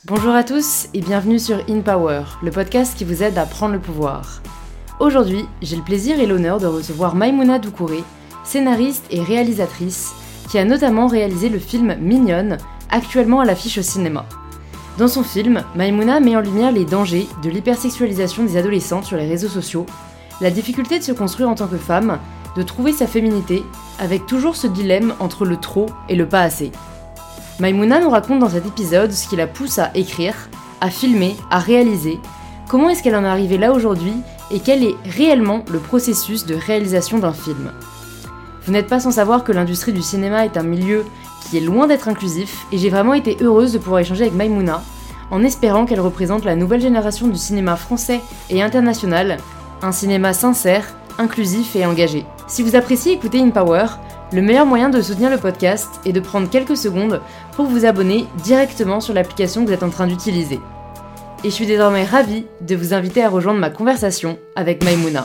Bonjour à tous et bienvenue sur In Power, le podcast qui vous aide à prendre le pouvoir. Aujourd'hui, j'ai le plaisir et l'honneur de recevoir Maïmouna Doucouré, scénariste et réalisatrice, qui a notamment réalisé le film Mignonne, actuellement à l'affiche au cinéma. Dans son film, Maïmouna met en lumière les dangers de l'hypersexualisation des adolescentes sur les réseaux sociaux, la difficulté de se construire en tant que femme, de trouver sa féminité, avec toujours ce dilemme entre le trop et le pas assez. Maïmouna nous raconte dans cet épisode ce qui la pousse à écrire, à filmer, à réaliser, comment est-ce qu'elle en est arrivée là aujourd'hui et quel est réellement le processus de réalisation d'un film. Vous n'êtes pas sans savoir que l'industrie du cinéma est un milieu qui est loin d'être inclusif et j'ai vraiment été heureuse de pouvoir échanger avec Maïmouna en espérant qu'elle représente la nouvelle génération du cinéma français et international, un cinéma sincère, inclusif et engagé. Si vous appréciez écouter In Power, le meilleur moyen de soutenir le podcast est de prendre quelques secondes pour vous abonner directement sur l'application que vous êtes en train d'utiliser. Et je suis désormais ravie de vous inviter à rejoindre ma conversation avec Maïmouna.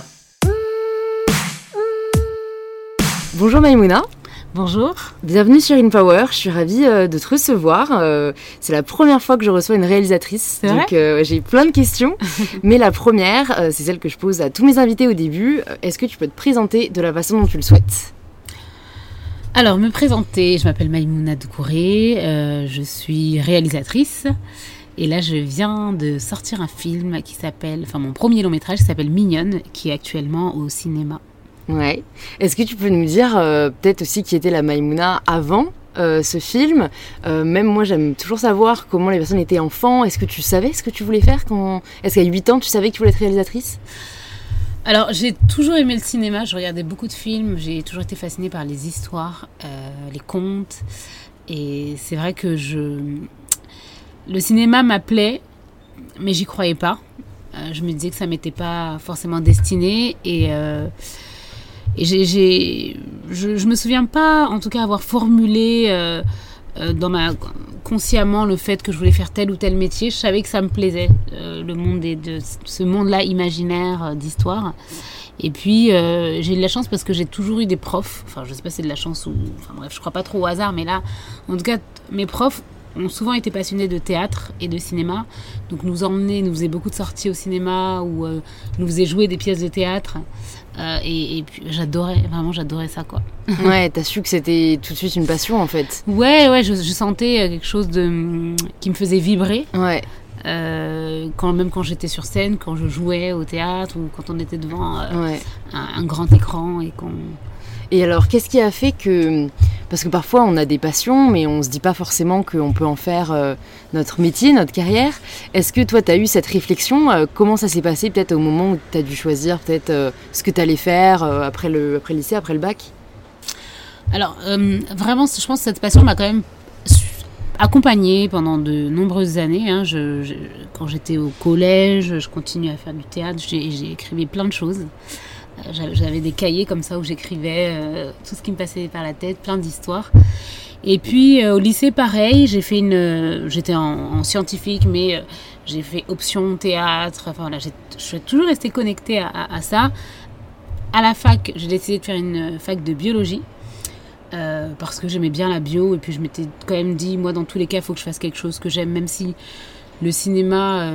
Bonjour Maïmouna. Bonjour. Bienvenue sur In Power, je suis ravie de te recevoir. C'est la première fois que je reçois une réalisatrice, donc j'ai plein de questions. Mais la première, c'est celle que je pose à tous mes invités au début. Est-ce que tu peux te présenter de la façon dont tu le souhaites ? Alors, me présenter, je m'appelle Maïmouna Doucouré, je suis réalisatrice. Et là, je viens de sortir un film qui s'appelle, mon premier long métrage qui s'appelle Mignonne, qui est actuellement au cinéma. Ouais. Est-ce que tu peux nous dire peut-être aussi qui était la Maïmouna avant ce film ? Même moi, j'aime toujours savoir comment les personnes étaient enfants. Est-ce que tu savais ce que tu voulais faire Est-ce qu'à 8 ans, tu savais que tu voulais être réalisatrice ? Alors, j'ai toujours aimé le cinéma, je regardais beaucoup de films, j'ai toujours été fascinée par les histoires, les contes. Et c'est vrai que le cinéma m'appelait, mais j'y croyais pas. Je me disais que ça m'était pas forcément destiné. Et je me souviens pas, en tout cas, avoir formulé consciemment le fait que je voulais faire tel ou tel métier. Je savais que ça me plaisait, le monde de ce monde-là imaginaire d'histoire. Et puis j'ai eu de la chance parce que j'ai toujours eu des profs. Enfin, je sais pas si c'est de la chance ou, je crois pas trop au hasard, mais là, en tout cas, mes profs ont souvent été passionnés de théâtre et de cinéma. Donc nous faisaient beaucoup de sorties au cinéma ou nous faisaient jouer des pièces de théâtre. Et puis j'adorais ça, quoi. Ouais, t'as su que c'était tout de suite une passion en fait. Ouais, je sentais quelque chose qui me faisait vibrer. Ouais. Quand j'étais sur scène, quand je jouais au théâtre ou quand on était devant un grand écran Et alors, qu'est-ce qui a fait que... Parce que parfois, on a des passions, mais on ne se dit pas forcément qu'on peut en faire notre métier, notre carrière. Est-ce que toi, tu as eu cette réflexion ? Comment ça s'est passé peut-être au moment où tu as dû choisir peut-être ce que tu allais faire après le lycée, après le bac ? Alors, vraiment, je pense que cette passion m'a quand même accompagnée pendant de nombreuses années. Quand j'étais au collège, je continuais à faire du théâtre, j'ai écrit plein de choses. J'avais des cahiers comme ça où j'écrivais tout ce qui me passait par la tête, plein d'histoires. Et puis au lycée, pareil, j'étais en scientifique, mais j'ai fait option théâtre. Je suis toujours restée connectée à ça. À la fac, j'ai décidé de faire une fac de biologie parce que j'aimais bien la bio. Et puis je m'étais quand même dit, moi, dans tous les cas, il faut que je fasse quelque chose que j'aime, même si le cinéma,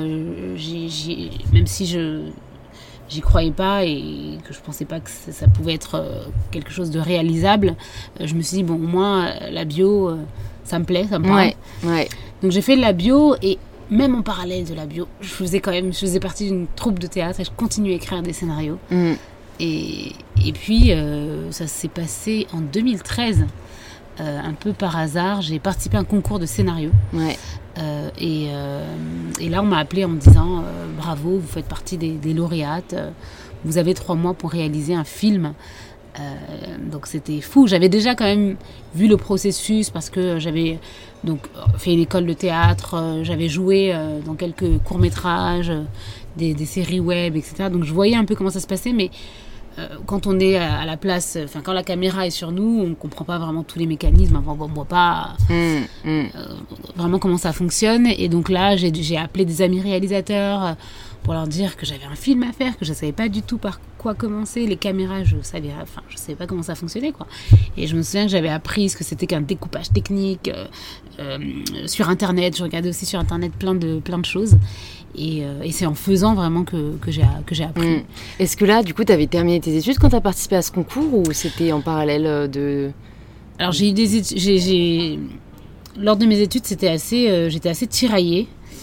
même si j'y croyais pas et que je pensais pas que ça pouvait être quelque chose de réalisable. Je me suis dit, au moins, la bio, ça me plaît, ça me parle. Ouais. Donc j'ai fait de la bio et même en parallèle de la bio, je faisais partie d'une troupe de théâtre et je continuais à écrire des scénarios. Et puis, ça s'est passé en 2013. Un peu par hasard, j'ai participé à un concours de scénario. Ouais. Et là, on m'a appelée en me disant bravo, vous faites partie des lauréates. Vous avez 3 mois pour réaliser un film. Donc c'était fou. J'avais déjà quand même vu le processus parce que j'avais fait une école de théâtre. J'avais joué dans quelques courts-métrages, des séries web, etc. Donc je voyais un peu comment ça se passait, mais quand on est à la place, quand la caméra est sur nous, on ne comprend pas vraiment tous les mécanismes, on ne voit pas vraiment comment ça fonctionne. Et donc là, j'ai appelé des amis réalisateurs, pour leur dire que j'avais un film à faire, que je ne savais pas du tout par quoi commencer. Les caméras, je savais pas comment ça fonctionnait, quoi. Et je me souviens que j'avais appris ce que c'était qu'un découpage technique sur Internet. Je regardais aussi sur Internet plein de choses. Et c'est en faisant vraiment que j'ai appris. Est-ce que là, du coup, tu avais terminé tes études quand tu as participé à ce concours ou c'était en parallèle de... Alors, j'ai eu des études... Lors de mes études, j'étais assez tiraillée.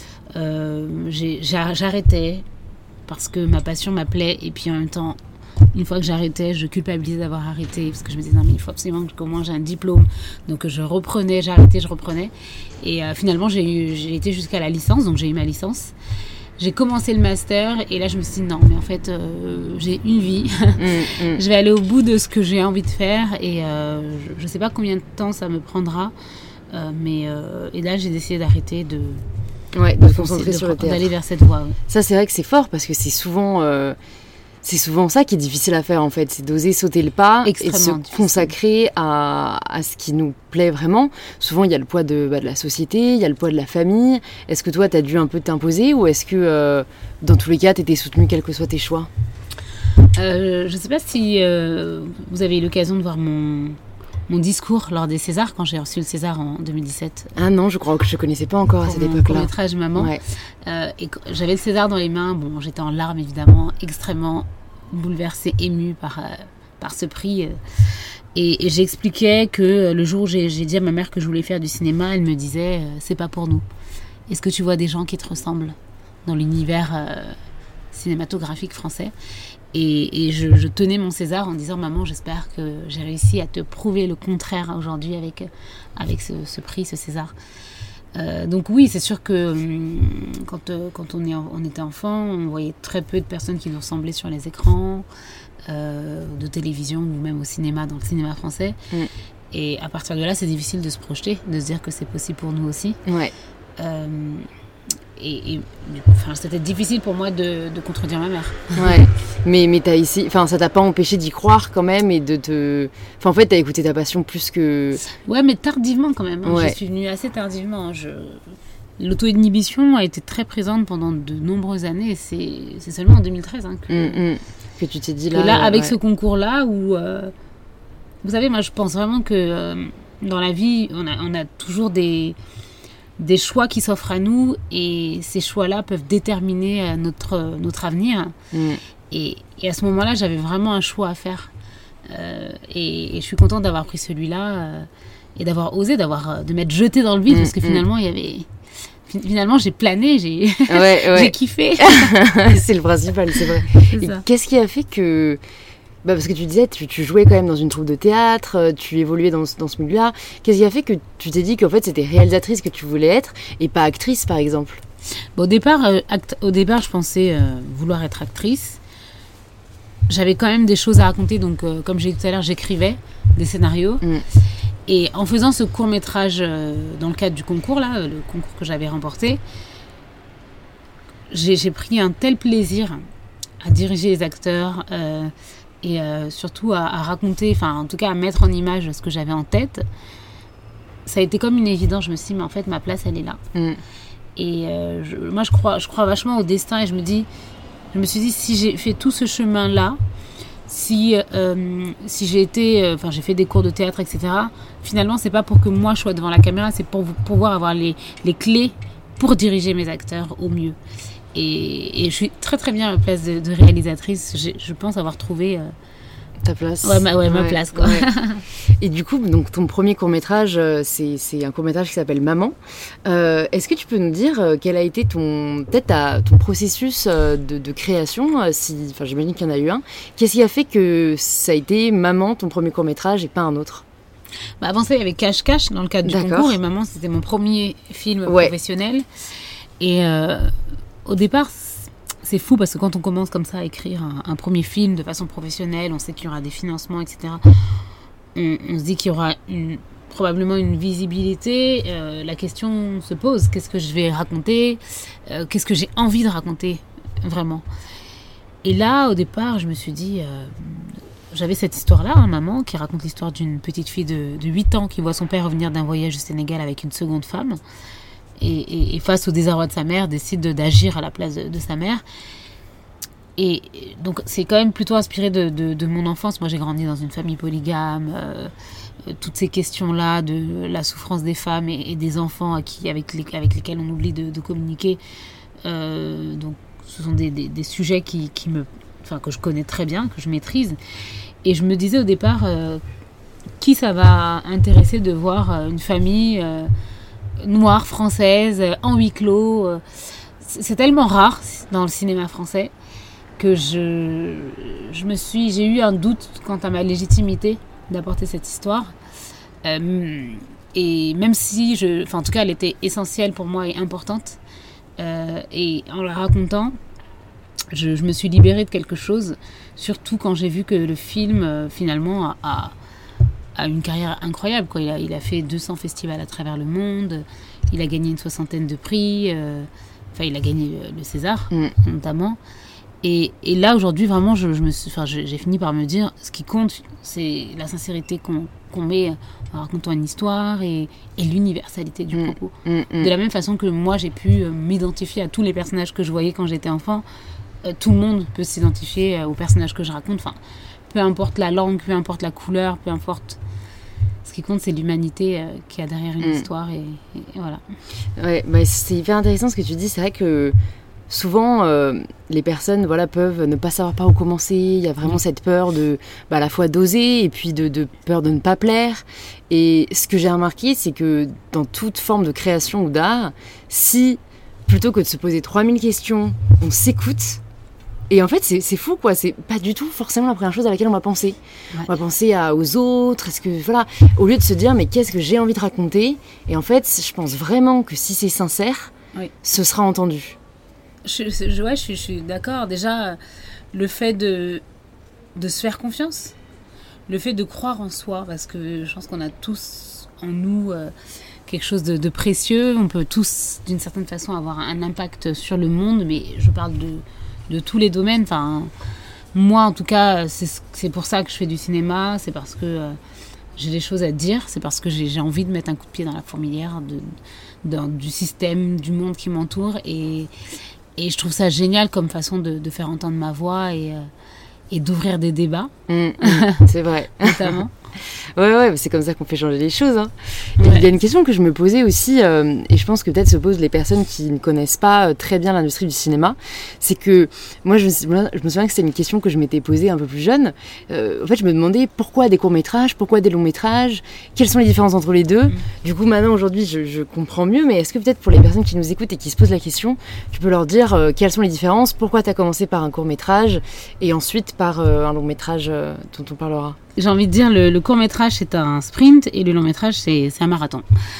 J'arrêtais parce que ma passion m'appelait. Et puis, en même temps, une fois que j'arrêtais, je culpabilisais d'avoir arrêté. Parce que je me disais, non, mais il faut absolument qu'au moins j'ai un diplôme. Donc, j'arrêtais, je reprenais. Et finalement, j'ai été jusqu'à la licence. Donc, j'ai eu ma licence. J'ai commencé le master et là je me suis dit non mais en fait j'ai une vie, je vais aller au bout de ce que j'ai envie de faire et je sais pas combien de temps ça me prendra et là j'ai décidé d'arrêter de se concentrer sur le théâtre, d'aller vers cette voie. Ça c'est vrai que c'est fort parce que c'est souvent ça qui est difficile à faire en fait, c'est d'oser sauter le pas et de se consacrer à ce qui nous plaît vraiment. Souvent il y a le poids de la société, il y a le poids de la famille. Est-ce que toi tu as dû un peu t'imposer ou est-ce que dans tous les cas tu étais soutenue quels que soient tes choix? Je ne sais pas si vous avez eu l'occasion de voir mon discours lors des Césars, quand j'ai reçu le César en 2017. Ah non, je crois que je ne connaissais pas encore à cette époque-là. Pour mon court-métrage Maman. Ouais. Et j'avais le César dans les mains. Bon, j'étais en larmes, évidemment, extrêmement bouleversée, émue par ce prix. Et j'expliquais que le jour où j'ai dit à ma mère que je voulais faire du cinéma, elle me disait c'est pas pour nous. Est-ce que tu vois des gens qui te ressemblent dans l'univers cinématographique français? Et je tenais mon César en disant maman, j'espère que j'ai réussi à te prouver le contraire aujourd'hui avec ce prix, ce César. Donc oui, c'est sûr que quand on était enfant, on voyait très peu de personnes qui nous ressemblaient sur les écrans de télévision ou même au cinéma, dans le cinéma français. Et à partir de là, c'est difficile de se projeter, de se dire que c'est possible pour nous aussi. Ouais. C'était difficile pour moi de contredire ma mère. Ouais. Mais ça t'a pas empêché d'y croire quand même et en fait, t'as écouté ta passion plus que... Ouais, mais tardivement quand même. Ouais. Je suis venue assez tardivement. L'auto-inhibition a été très présente pendant de nombreuses années. C'est seulement en 2013 que tu t'es dit là... avec ce concours-là où... vous savez, moi je pense vraiment que dans la vie, on a toujours des choix qui s'offrent à nous et ces choix-là peuvent déterminer notre avenir. Et à ce moment-là, j'avais vraiment un choix à faire. Et je suis contente d'avoir pris celui-là et d'avoir osé, de m'être jetée dans le vide parce que finalement, Finalement, j'ai plané, j'ai kiffé. C'est le principal, c'est vrai. Et qu'est-ce qui a fait que... parce que tu disais, tu jouais quand même dans une troupe de théâtre, tu évoluais dans ce milieu-là. Qu'est-ce qui a fait que tu t'es dit qu'en fait c'était réalisatrice que tu voulais être et pas actrice par exemple? Au départ, je pensais vouloir être actrice. J'avais quand même des choses à raconter, donc comme j'ai dit tout à l'heure, j'écrivais des scénarios. Et en faisant ce court-métrage dans le cadre du concours, là, le concours que j'avais remporté, j'ai pris un tel plaisir à diriger les acteurs et surtout à raconter, en tout cas à mettre en image ce que j'avais en tête. Ça a été comme une évidence. Je me suis dit, mais en fait, ma place, elle est là. Et moi, je crois vachement au destin et je me suis dit, si j'ai fait tout ce chemin-là, si j'ai été... j'ai fait des cours de théâtre, etc. Finalement, c'est pas pour que moi, je sois devant la caméra, c'est pour pouvoir avoir les clés pour diriger mes acteurs au mieux. Et je suis très très bien à ma place de réalisatrice. Je pense avoir trouvé... ta place. Ma place, quoi. Ouais. Et du coup, donc, ton premier court-métrage, c'est un court-métrage qui s'appelle Maman. Est-ce que tu peux nous dire quel a été ton processus de création j'imagine qu'il y en a eu un. Qu'est-ce qui a fait que ça a été Maman, ton premier court-métrage, et pas un autre? Avant ça, il y avait Cache-Cache dans le cadre du concours. Et Maman, c'était mon premier film professionnel. Et au départ... C'est fou parce que quand on commence comme ça à écrire un premier film de façon professionnelle, on sait qu'il y aura des financements, etc. On se dit qu'il y aura probablement une visibilité. La question se pose, qu'est-ce que je vais raconter? Qu'est-ce que j'ai envie de raconter vraiment? Et là, au départ, je me suis dit... j'avais cette histoire-là, Maman, qui raconte l'histoire d'une petite fille de 8 ans qui voit son père revenir d'un voyage au Sénégal avec une seconde femme. et face au désarroi de sa mère, décide d'agir à la place de sa mère. Et donc, c'est quand même plutôt inspiré de mon enfance. Moi, j'ai grandi dans une famille polygame. Toutes ces questions-là de la souffrance des femmes et des enfants avec lesquels on oublie de communiquer. Donc, ce sont des sujets que je connais très bien, que je maîtrise. Et je me disais au départ, qui ça va intéresser de voir une famille noire, française, en huis clos. C'est tellement rare dans le cinéma français que j'ai eu un doute quant à ma légitimité d'apporter cette histoire. Et même si, en tout cas, elle était essentielle pour moi et importante. Et en la racontant, je me suis libérée de quelque chose, surtout quand j'ai vu que le film, finalement, a une carrière incroyable, quoi. Il a fait 200 festivals à travers le monde, il a gagné une 60aine de prix, il a gagné le César, notamment. Et là, aujourd'hui, vraiment, j'ai fini par me dire, ce qui compte, c'est la sincérité qu'on met en racontant une histoire et l'universalité du propos. De la même façon que moi, j'ai pu m'identifier à tous les personnages que je voyais quand j'étais enfant, tout le monde peut s'identifier aux personnages que je raconte. Enfin, peu importe la langue, peu importe la couleur, peu importe. Ce qui compte, c'est l'humanité qu'il y a derrière une histoire. Et voilà. Ouais, c'est hyper intéressant ce que tu dis. C'est vrai que souvent, les personnes peuvent ne pas savoir par où commencer. Il y a vraiment cette peur à la fois d'oser et puis de peur de ne pas plaire. Et ce que j'ai remarqué, c'est que dans toute forme de création ou d'art, si, plutôt que de se poser 3000 questions, on s'écoute. Et en fait, c'est fou, quoi. C'est pas du tout forcément la première chose à laquelle on va penser. Ouais. On va penser aux autres. Au lieu de se dire, mais qu'est-ce que j'ai envie de raconter ? Et en fait, je pense vraiment que si c'est sincère, ce sera entendu. Je suis d'accord. Déjà, le fait de se faire confiance, le fait de croire en soi, parce que je pense qu'on a tous en nous quelque chose de précieux. On peut tous, d'une certaine façon, avoir un impact sur le monde, mais je parle de tous les domaines. Enfin, moi, en tout cas, c'est pour ça que je fais du cinéma. C'est parce que j'ai des choses à dire. C'est parce que j'ai envie de mettre un coup de pied dans la fourmilière du système, du monde qui m'entoure. Et je trouve ça génial comme façon de faire entendre ma voix et d'ouvrir des débats. C'est vrai. Notamment. Ouais, c'est comme ça qu'on fait changer les choses. Hein. Il y a une question que je me posais aussi, et je pense que peut-être se posent les personnes qui ne connaissent pas très bien l'industrie du cinéma. C'est que moi, je me souviens que c'était une question que je m'étais posée un peu plus jeune. En fait, je me demandais pourquoi des courts-métrages, pourquoi des longs-métrages, quelles sont les différences entre les deux. Du coup, maintenant, aujourd'hui, je comprends mieux, mais est-ce que peut-être pour les personnes qui nous écoutent et qui se posent la question, tu peux leur dire quelles sont les différences, pourquoi tu as commencé par un court-métrage et ensuite par un long-métrage dont on parlera ? J'ai envie de dire, le court-métrage, c'est un sprint et le long-métrage, c'est un marathon.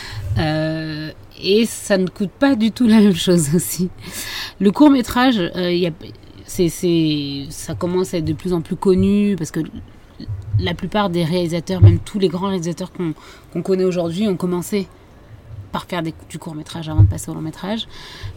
Et ça ne coûte pas du tout la même chose aussi. Le court-métrage, ça commence à être de plus en plus connu parce que la plupart des réalisateurs, même tous les grands réalisateurs qu'on connaît aujourd'hui, ont commencé par faire du court-métrage avant de passer au long-métrage.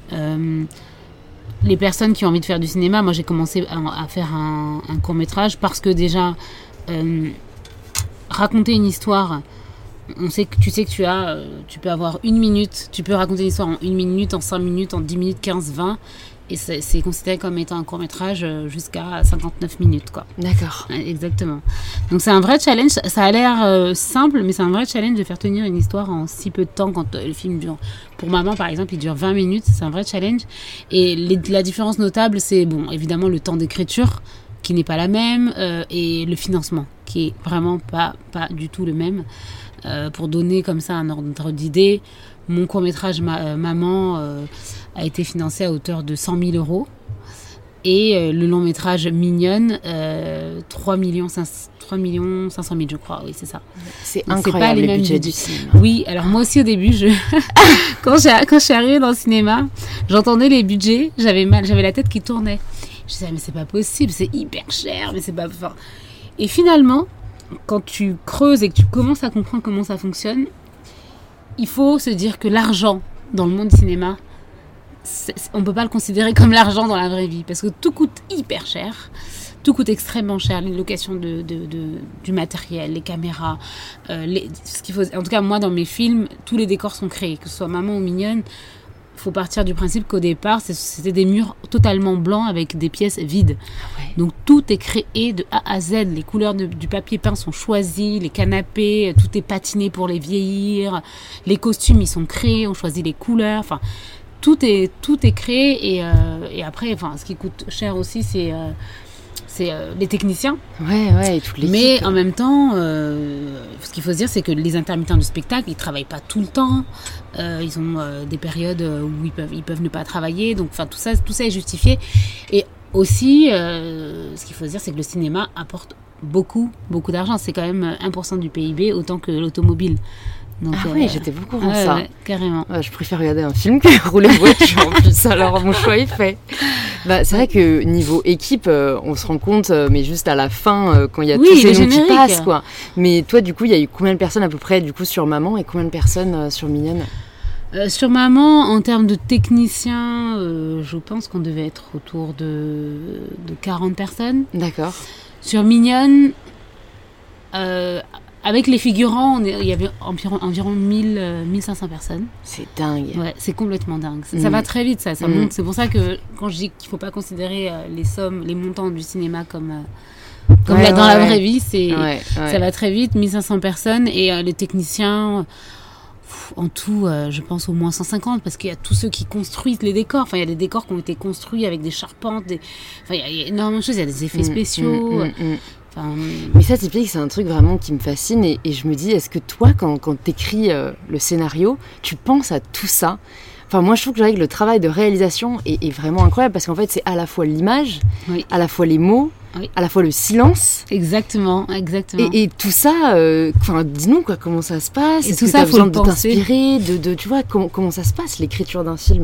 Les personnes qui ont envie de faire du cinéma, moi j'ai commencé à faire un court-métrage parce que déjà... raconter une histoire, tu sais que tu peux avoir 1 minute, tu peux raconter une histoire en 1 minute, en 5 minutes, en 10 minutes, 15, 20, et c'est considéré comme étant un court-métrage jusqu'à 59 minutes, quoi. D'accord. Exactement. Donc c'est un vrai challenge, ça a l'air simple, mais c'est un vrai challenge de faire tenir une histoire en si peu de temps quand le film dure. Pour Maman, par exemple, il dure 20 minutes, c'est un vrai challenge. Et la différence notable, c'est, évidemment, le temps d'écriture, qui n'est pas la même, et le financement qui est vraiment pas du tout le même. Pour donner comme ça un ordre d'idée, mon court-métrage Maman a été financé à hauteur de 100 000 euros et le long-métrage Mignonne 3 500 000, je crois, oui c'est ça. C'est donc, incroyable, c'est pas les budgets du cinéma. Oui, alors moi aussi au début, quand je suis arrivée dans le cinéma, j'entendais les budgets, j'avais la tête qui tournait. Je disais, mais c'est pas possible, c'est hyper cher, mais c'est pas... Enfin... Et finalement, quand tu creuses et que tu commences à comprendre comment ça fonctionne, il faut se dire que l'argent dans le monde du cinéma, on peut pas le considérer comme l'argent dans la vraie vie, parce que tout coûte hyper cher. tout coûte extrêmement cher, les locations du matériel, les caméras, ce qu'il faut. En tout cas, moi, dans mes films, tous les décors sont créés, que ce soit Maman ou Mignonne. Il faut partir du principe qu'au départ, c'était des murs totalement blancs avec des pièces vides. Ah ouais. Donc tout est créé de A à Z. Les couleurs du papier peint sont choisies, les canapés, tout est patiné pour les vieillir. Les costumes, ils sont créés, on choisit les couleurs. Enfin, tout est créé. Et après, ce qui coûte cher aussi, c'est les techniciens. Ouais, et toute l'équipe. Mais en même temps, ce qu'il faut se dire, c'est que les intermittents du spectacle, ils travaillent pas tout le temps. Ils ont des périodes où ils peuvent ne pas travailler. Donc, tout ça est justifié. Et aussi, ce qu'il faut se dire, c'est que le cinéma apporte beaucoup, beaucoup d'argent. C'est quand même 1% du PIB, autant que l'automobile. Donc, oui, j'étais beaucoup dans ça. Ouais, carrément. Je préfère regarder un film que rouler en voiture en plus, alors mon choix est fait. C'est vrai que niveau équipe, on se rend compte, mais juste à la fin, quand il y a tous ces noms qui passent, quoi. Mais toi, du coup, il y a eu combien de personnes à peu près, du coup, sur Maman et combien de personnes sur Mignonne ? Sur Maman, en termes de techniciens, je pense qu'on devait être autour de 40 personnes. D'accord. Sur Mignonne, avec les figurants, il y avait environ 1500 personnes. C'est dingue. Ouais, c'est complètement dingue. Ça va très vite, ça monte. C'est pour ça que quand je dis qu'il ne faut pas considérer les montants du cinéma comme dans la vraie vie, ça va très vite. 1500 personnes et les techniciens, en tout, je pense au moins 150, parce qu'il y a tous ceux qui construisent les décors. Enfin, il y a des décors qui ont été construits avec des charpentes. Il y a énormément de choses. Il y a des effets spéciaux. Mais ça, typique, c'est un truc vraiment qui me fascine et je me dis, est-ce que toi, quand t'écris le scénario, tu penses à tout ça ? Enfin, moi, je trouve que le travail de réalisation est vraiment incroyable parce qu'en fait, c'est à la fois l'image, à la fois les mots, à la fois le silence. Exactement. Et tout ça, dis-nous quoi, comment ça se passe ? Et est-ce tout que ça, t'as faut besoin le de t'inspirer, tu vois, comment ça se passe, l'écriture d'un film ?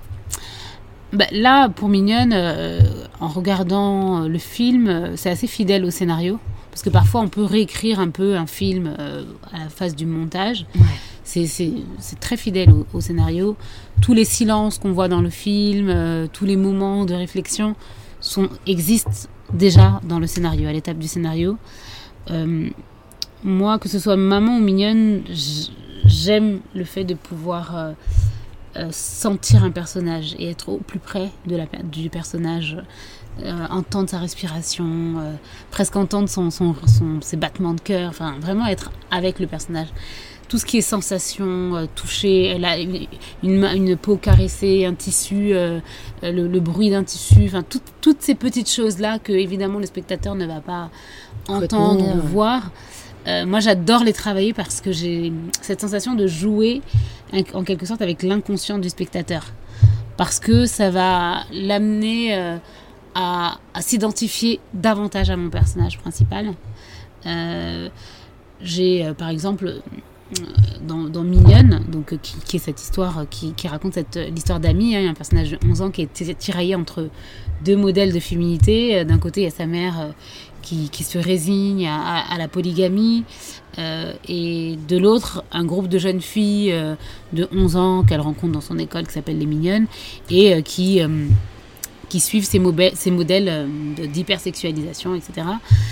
Là, pour Mignonne, en regardant le film, c'est assez fidèle au scénario. Parce que parfois, on peut réécrire un peu un film à la phase du montage. Ouais. C'est très fidèle au scénario. Tous les silences qu'on voit dans le film, tous les moments de réflexion existent déjà dans le scénario, à l'étape du scénario. Moi, que ce soit Maman ou Mignonne, j'aime le fait de pouvoir... sentir un personnage et être au plus près du personnage, entendre sa respiration, presque entendre ses battements de cœur, vraiment être avec le personnage. Tout ce qui est sensation, toucher, une peau caressée, un tissu, le bruit d'un tissu, toutes ces petites choses-là que évidemment le spectateur ne va pas entendre ou voir. Moi, j'adore les travailler parce que j'ai cette sensation de jouer en quelque sorte avec l'inconscient du spectateur. Parce que ça va l'amener à s'identifier davantage à mon personnage principal. J'ai, par exemple, dans Mignonne, donc, qui est cette histoire, qui raconte l'histoire d'Amy, un personnage de 11 ans qui est tiraillé entre deux modèles de féminité. D'un côté, il y a sa mère... qui se résigne à la polygamie, et de l'autre, un groupe de jeunes filles de 11 ans qu'elle rencontre dans son école qui s'appelle Les Mignonnes, et qui suivent ces modèles d'hypersexualisation, etc.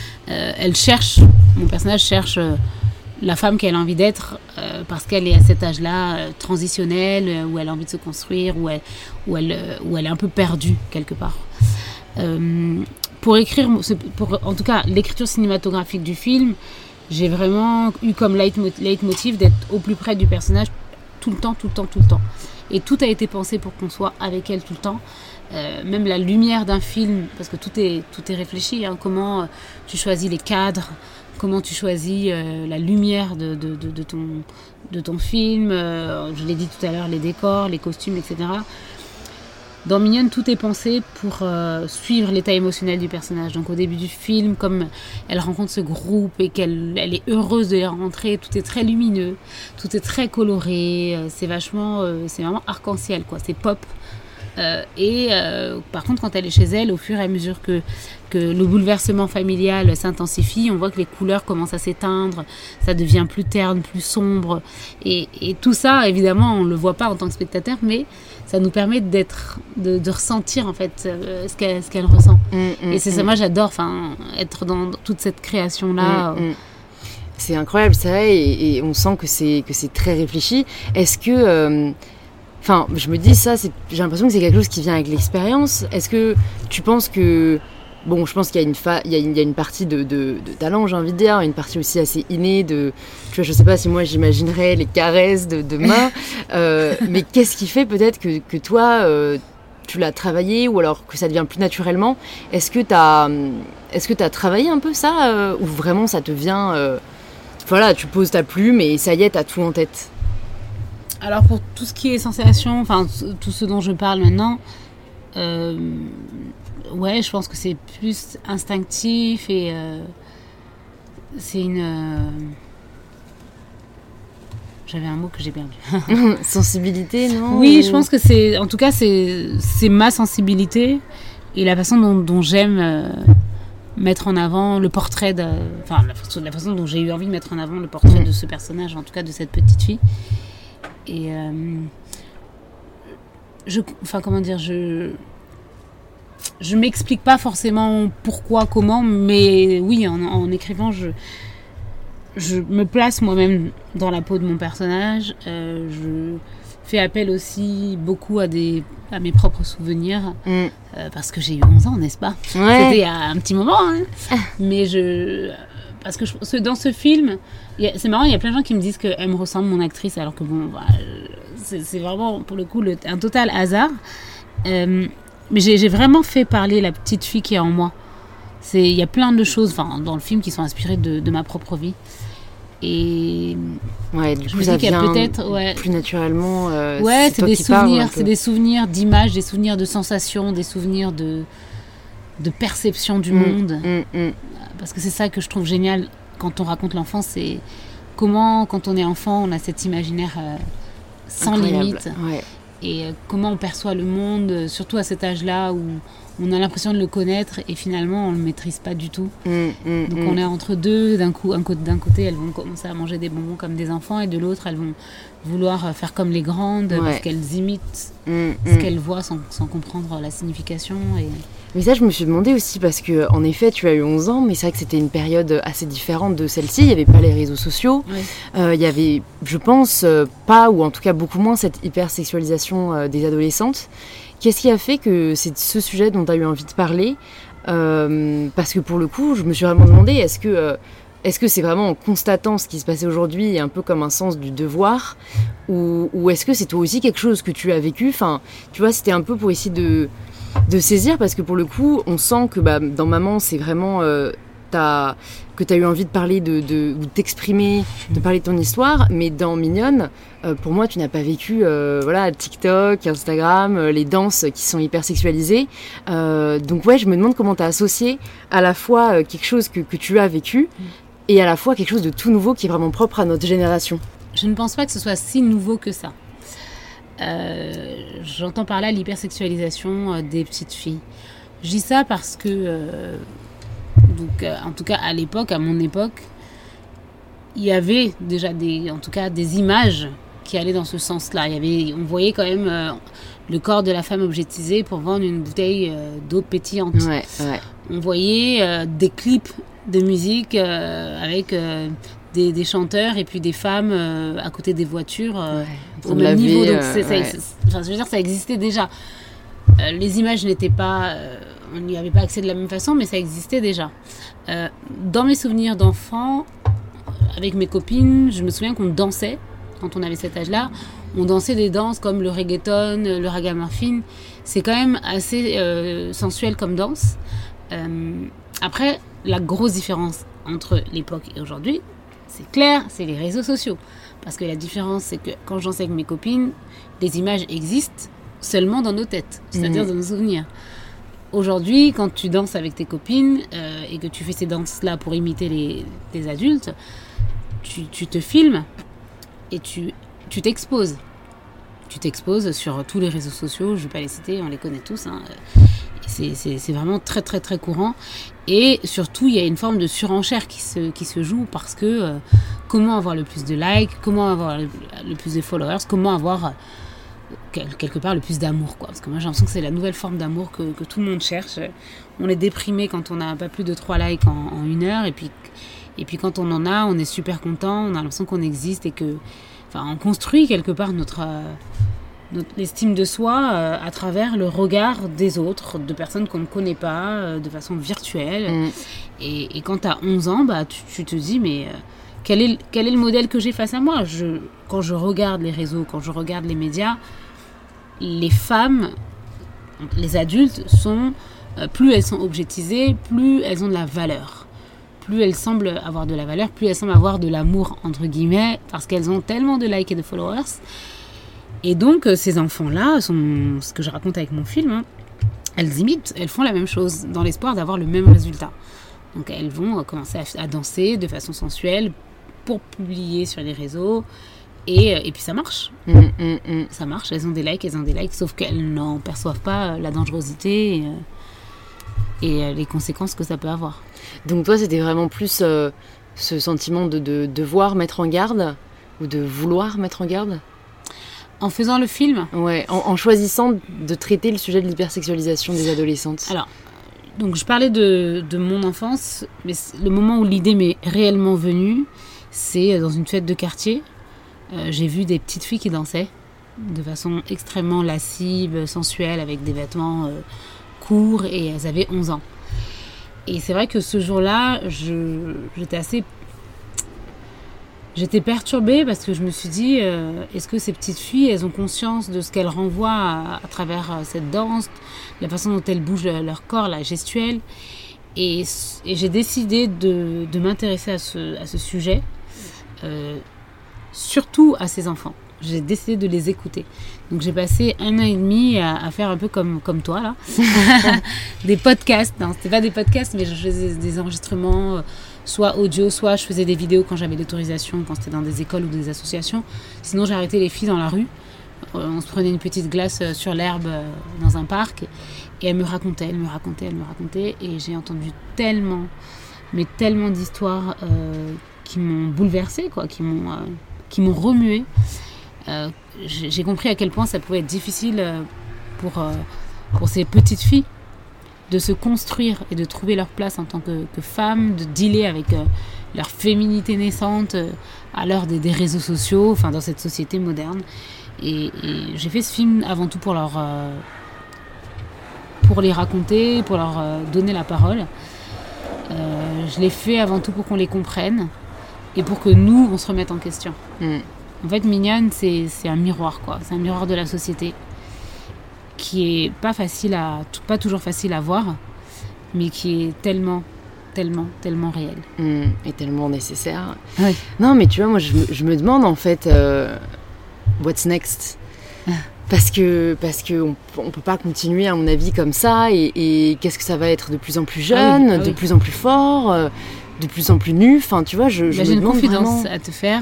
Mon personnage cherche la femme qu'elle a envie d'être parce qu'elle est à cet âge-là transitionnel, où elle a envie de se construire, où elle est un peu perdue quelque part. Pour écrire, en tout cas l'écriture cinématographique du film, j'ai vraiment eu comme leitmotiv d'être au plus près du personnage tout le temps. Et tout a été pensé pour qu'on soit avec elle tout le temps. Même la lumière d'un film, parce que tout est réfléchi, comment tu choisis les cadres, comment tu choisis la lumière de ton film, je l'ai dit tout à l'heure, les décors, les costumes, etc. Dans Mignonne, tout est pensé pour suivre l'état émotionnel du personnage. Donc au début du film, comme elle rencontre ce groupe et qu'elle est heureuse de les rencontrer, tout est très lumineux, tout est très coloré, c'est vraiment arc-en-ciel, quoi. C'est pop. Par contre, quand elle est chez elle, au fur et à mesure que le bouleversement familial s'intensifie, on voit que les couleurs commencent à s'éteindre, ça devient plus terne, plus sombre. Et tout ça, évidemment, on ne le voit pas en tant que spectateur, mais ça nous permet de ressentir en fait ce qu'elle ressent. Et c'est ça, moi j'adore être dans toute cette création-là. C'est incroyable, c'est vrai, et on sent que c'est très réfléchi. Est-ce que... je me dis ça, j'ai l'impression que c'est quelque chose qui vient avec l'expérience. Est-ce que tu penses que... Bon, je pense qu'il y a une partie de talent, j'ai envie de dire, une partie aussi assez innée de... Tu vois, je sais pas si moi j'imaginerais les caresses de main, mais qu'est-ce qui fait peut-être que toi, tu l'as travaillé, ou alors que ça devient plus naturellement? Est-ce que t'as travaillé un peu ça, ou vraiment ça te vient... voilà, tu poses ta plume et ça y est, t'as tout en tête? Alors pour tout ce qui est sensation, tout ce dont je parle maintenant, ouais, je pense que c'est plus instinctif et c'est une... J'avais un mot que j'ai perdu. Sensibilité, non? Oui, je pense que c'est... En tout cas, c'est ma sensibilité et la façon dont j'aime mettre en avant le portrait de... la façon dont j'ai eu envie de mettre en avant le portrait de ce personnage, en tout cas de cette petite fille. Et je m'explique pas forcément pourquoi, comment, mais oui, en écrivant, je me place moi-même dans la peau de mon personnage. Je fais appel aussi beaucoup à mes propres souvenirs, parce que j'ai eu 11 ans, n'est-ce pas? Ouais. C'était il y a un petit moment, hein. Mais parce que dans ce film, c'est marrant, il y a plein de gens qui me disent qu'elle me ressemble, mon actrice, alors que bon, c'est vraiment pour le coup un total hasard. Mais j'ai vraiment fait parler la petite fille qui est en moi. Il y a plein de choses dans le film qui sont inspirées de ma propre vie. Et ouais, du coup, ça vient plus naturellement. Ouais, c'est des souvenirs, c'est des souvenirs d'images, des souvenirs de sensations, des souvenirs de perception du monde. Parce que c'est ça que je trouve génial quand on raconte l'enfance, c'est comment, quand on est enfant, on a cet imaginaire sans limite. Ouais. Et comment on perçoit le monde, surtout à cet âge-là où on a l'impression de le connaître et finalement on ne le maîtrise pas du tout. Donc on est entre deux, d'un côté elles vont commencer à manger des bonbons comme des enfants et de l'autre elles vont vouloir faire comme les grandes, parce qu'elles imitent ce qu'elles voient sans comprendre la signification. Mais ça, je me suis demandé aussi, parce que en effet, tu as eu 11 ans, mais c'est vrai que c'était une période assez différente de celle-ci. Il n'y avait pas les réseaux sociaux. Il y avait, je pense, pas, ou en tout cas beaucoup moins, cette hypersexualisation des adolescentes. Qu'est-ce qui a fait que c'est ce sujet dont tu as eu envie de parler? Parce que pour le coup, je me suis vraiment demandé, est-ce que c'est vraiment en constatant ce qui se passait aujourd'hui et un peu comme un sens du devoir, ou est-ce que c'est toi aussi quelque chose que tu as vécu? Enfin, tu vois, c'était un peu pour essayer de saisir, parce que pour le coup, on sent que dans Maman, c'est vraiment que tu as eu envie de parler ou t'exprimer, de parler de ton histoire, mais dans Mignonne, pour moi, tu n'as pas vécu TikTok, Instagram, les danses qui sont hyper sexualisées. Donc ouais, je me demande comment tu as associé à la fois quelque chose que tu as vécu et à la fois quelque chose de tout nouveau qui est vraiment propre à notre génération. Je ne pense pas que ce soit si nouveau que ça. J'entends par là l'hypersexualisation des petites filles. Je dis ça parce que en tout cas à l'époque, à mon époque, il y avait déjà des images qui allaient dans ce sens-là. On voyait quand même le corps de la femme objetisé pour vendre une bouteille d'eau pétillante. Ouais. On voyait des clips de musique avec des chanteurs et puis des femmes à côté des voitures au même niveau. Donc je veux dire, ça existait déjà. Les images n'étaient pas... on n'y avait pas accès de la même façon, mais ça existait déjà. Dans mes souvenirs d'enfant, avec mes copines, je me souviens qu'on dansait, quand on avait cet âge-là, on dansait des danses comme le reggaeton, le ragamuffin. C'est quand même assez sensuel comme danse. Après, la grosse différence entre l'époque et aujourd'hui, c'est clair, c'est les réseaux sociaux. Parce que la différence, c'est que quand je dansais avec mes copines, les images existent seulement dans nos têtes, c'est-à-dire dans nos souvenirs. Aujourd'hui, quand tu danses avec tes copines et que tu fais ces danses-là pour imiter les adultes, tu te filmes et tu t'exposes. tu t'exposes sur tous les réseaux sociaux, je ne vais pas les citer, on les connaît tous, hein. C'est vraiment très très très courant. Et surtout, il y a une forme de surenchère qui se joue parce que comment avoir le plus de likes, comment avoir le plus de followers, comment avoir quelque part le plus d'amour, quoi. Parce que moi j'ai l'impression que c'est la nouvelle forme d'amour que tout le monde cherche. On est déprimé quand on n'a pas plus de 3 likes en 1 heure, et puis quand on en a, on est super content, on a l'impression qu'on existe et que, enfin, on construit quelque part notre estime de soi à travers le regard des autres, de personnes qu'on ne connaît pas, de façon virtuelle. Et quand tu as 11 ans, bah, tu te dis, mais quel est le modèle que j'ai face à moi ? Quand je regarde les réseaux, quand je regarde les médias, les femmes, les adultes, plus elles sont objetisées, plus elles ont de la valeur. Plus elles semblent avoir de la valeur, plus elles semblent avoir de l'amour, entre guillemets, parce qu'elles ont tellement de likes et de followers. Et donc, ces enfants-là, ce que je raconte avec mon film, hein, elles imitent, elles font la même chose, dans l'espoir d'avoir le même résultat. Donc, elles vont commencer à danser de façon sensuelle pour publier sur les réseaux. Et puis, ça marche. Ça marche, elles ont des likes, sauf qu'elles n'en perçoivent pas la dangerosité et les conséquences que ça peut avoir. Donc, toi, c'était vraiment plus ce sentiment de devoir mettre en garde ou de vouloir mettre en garde ? En faisant le film ? Ouais, en choisissant de traiter le sujet de l'hypersexualisation des adolescentes. Alors, donc je parlais de mon enfance, mais le moment où l'idée m'est réellement venue, c'est dans une fête de quartier. J'ai vu des petites filles qui dansaient de façon extrêmement lascive, sensuelle, avec des vêtements courts, et elles avaient 11 ans. Et c'est vrai que ce jour-là, J'étais perturbée parce que je me suis dit, est-ce que ces petites filles, elles ont conscience de ce qu'elles renvoient à travers cette danse, la façon dont elles bougent leur corps, la gestuelle. Et j'ai décidé de m'intéresser à ce sujet, surtout à ces enfants. J'ai décidé de les écouter. Donc j'ai passé 1 an et demi à faire un peu comme toi, là. Des podcasts. Non, c'était pas des podcasts, mais je faisais des enregistrements... soit audio, soit je faisais des vidéos quand j'avais l'autorisation, quand c'était dans des écoles ou des associations. Sinon, j'arrêtais les filles dans la rue. On se prenait une petite glace sur l'herbe dans un parc. Et elles me racontaient. Et j'ai entendu tellement d'histoires qui m'ont bouleversée, quoi, qui m'ont remuée. J'ai compris à quel point ça pouvait être difficile pour ces petites filles de se construire et de trouver leur place en tant que femme, de dealer avec leur féminité naissante à l'heure des réseaux sociaux, enfin dans cette société moderne. Et j'ai fait ce film avant tout pour les raconter, pour leur donner la parole. Je l'ai fait avant tout pour qu'on les comprenne et pour que nous, on se remette en question. En fait, Mignonne, c'est un miroir, quoi. C'est un miroir de la société qui est pas toujours facile à voir, mais qui est tellement réel. Et tellement nécessaire. Ouais. Non, mais tu vois, moi, je me demande, en fait, what's next ? Parce que on peut pas continuer, à mon avis, comme ça, et qu'est-ce que ça va être de plus en plus jeune, de plus en plus fort, de plus en plus nu, enfin, tu vois, je me j'ai une demande confidence vraiment... à te faire.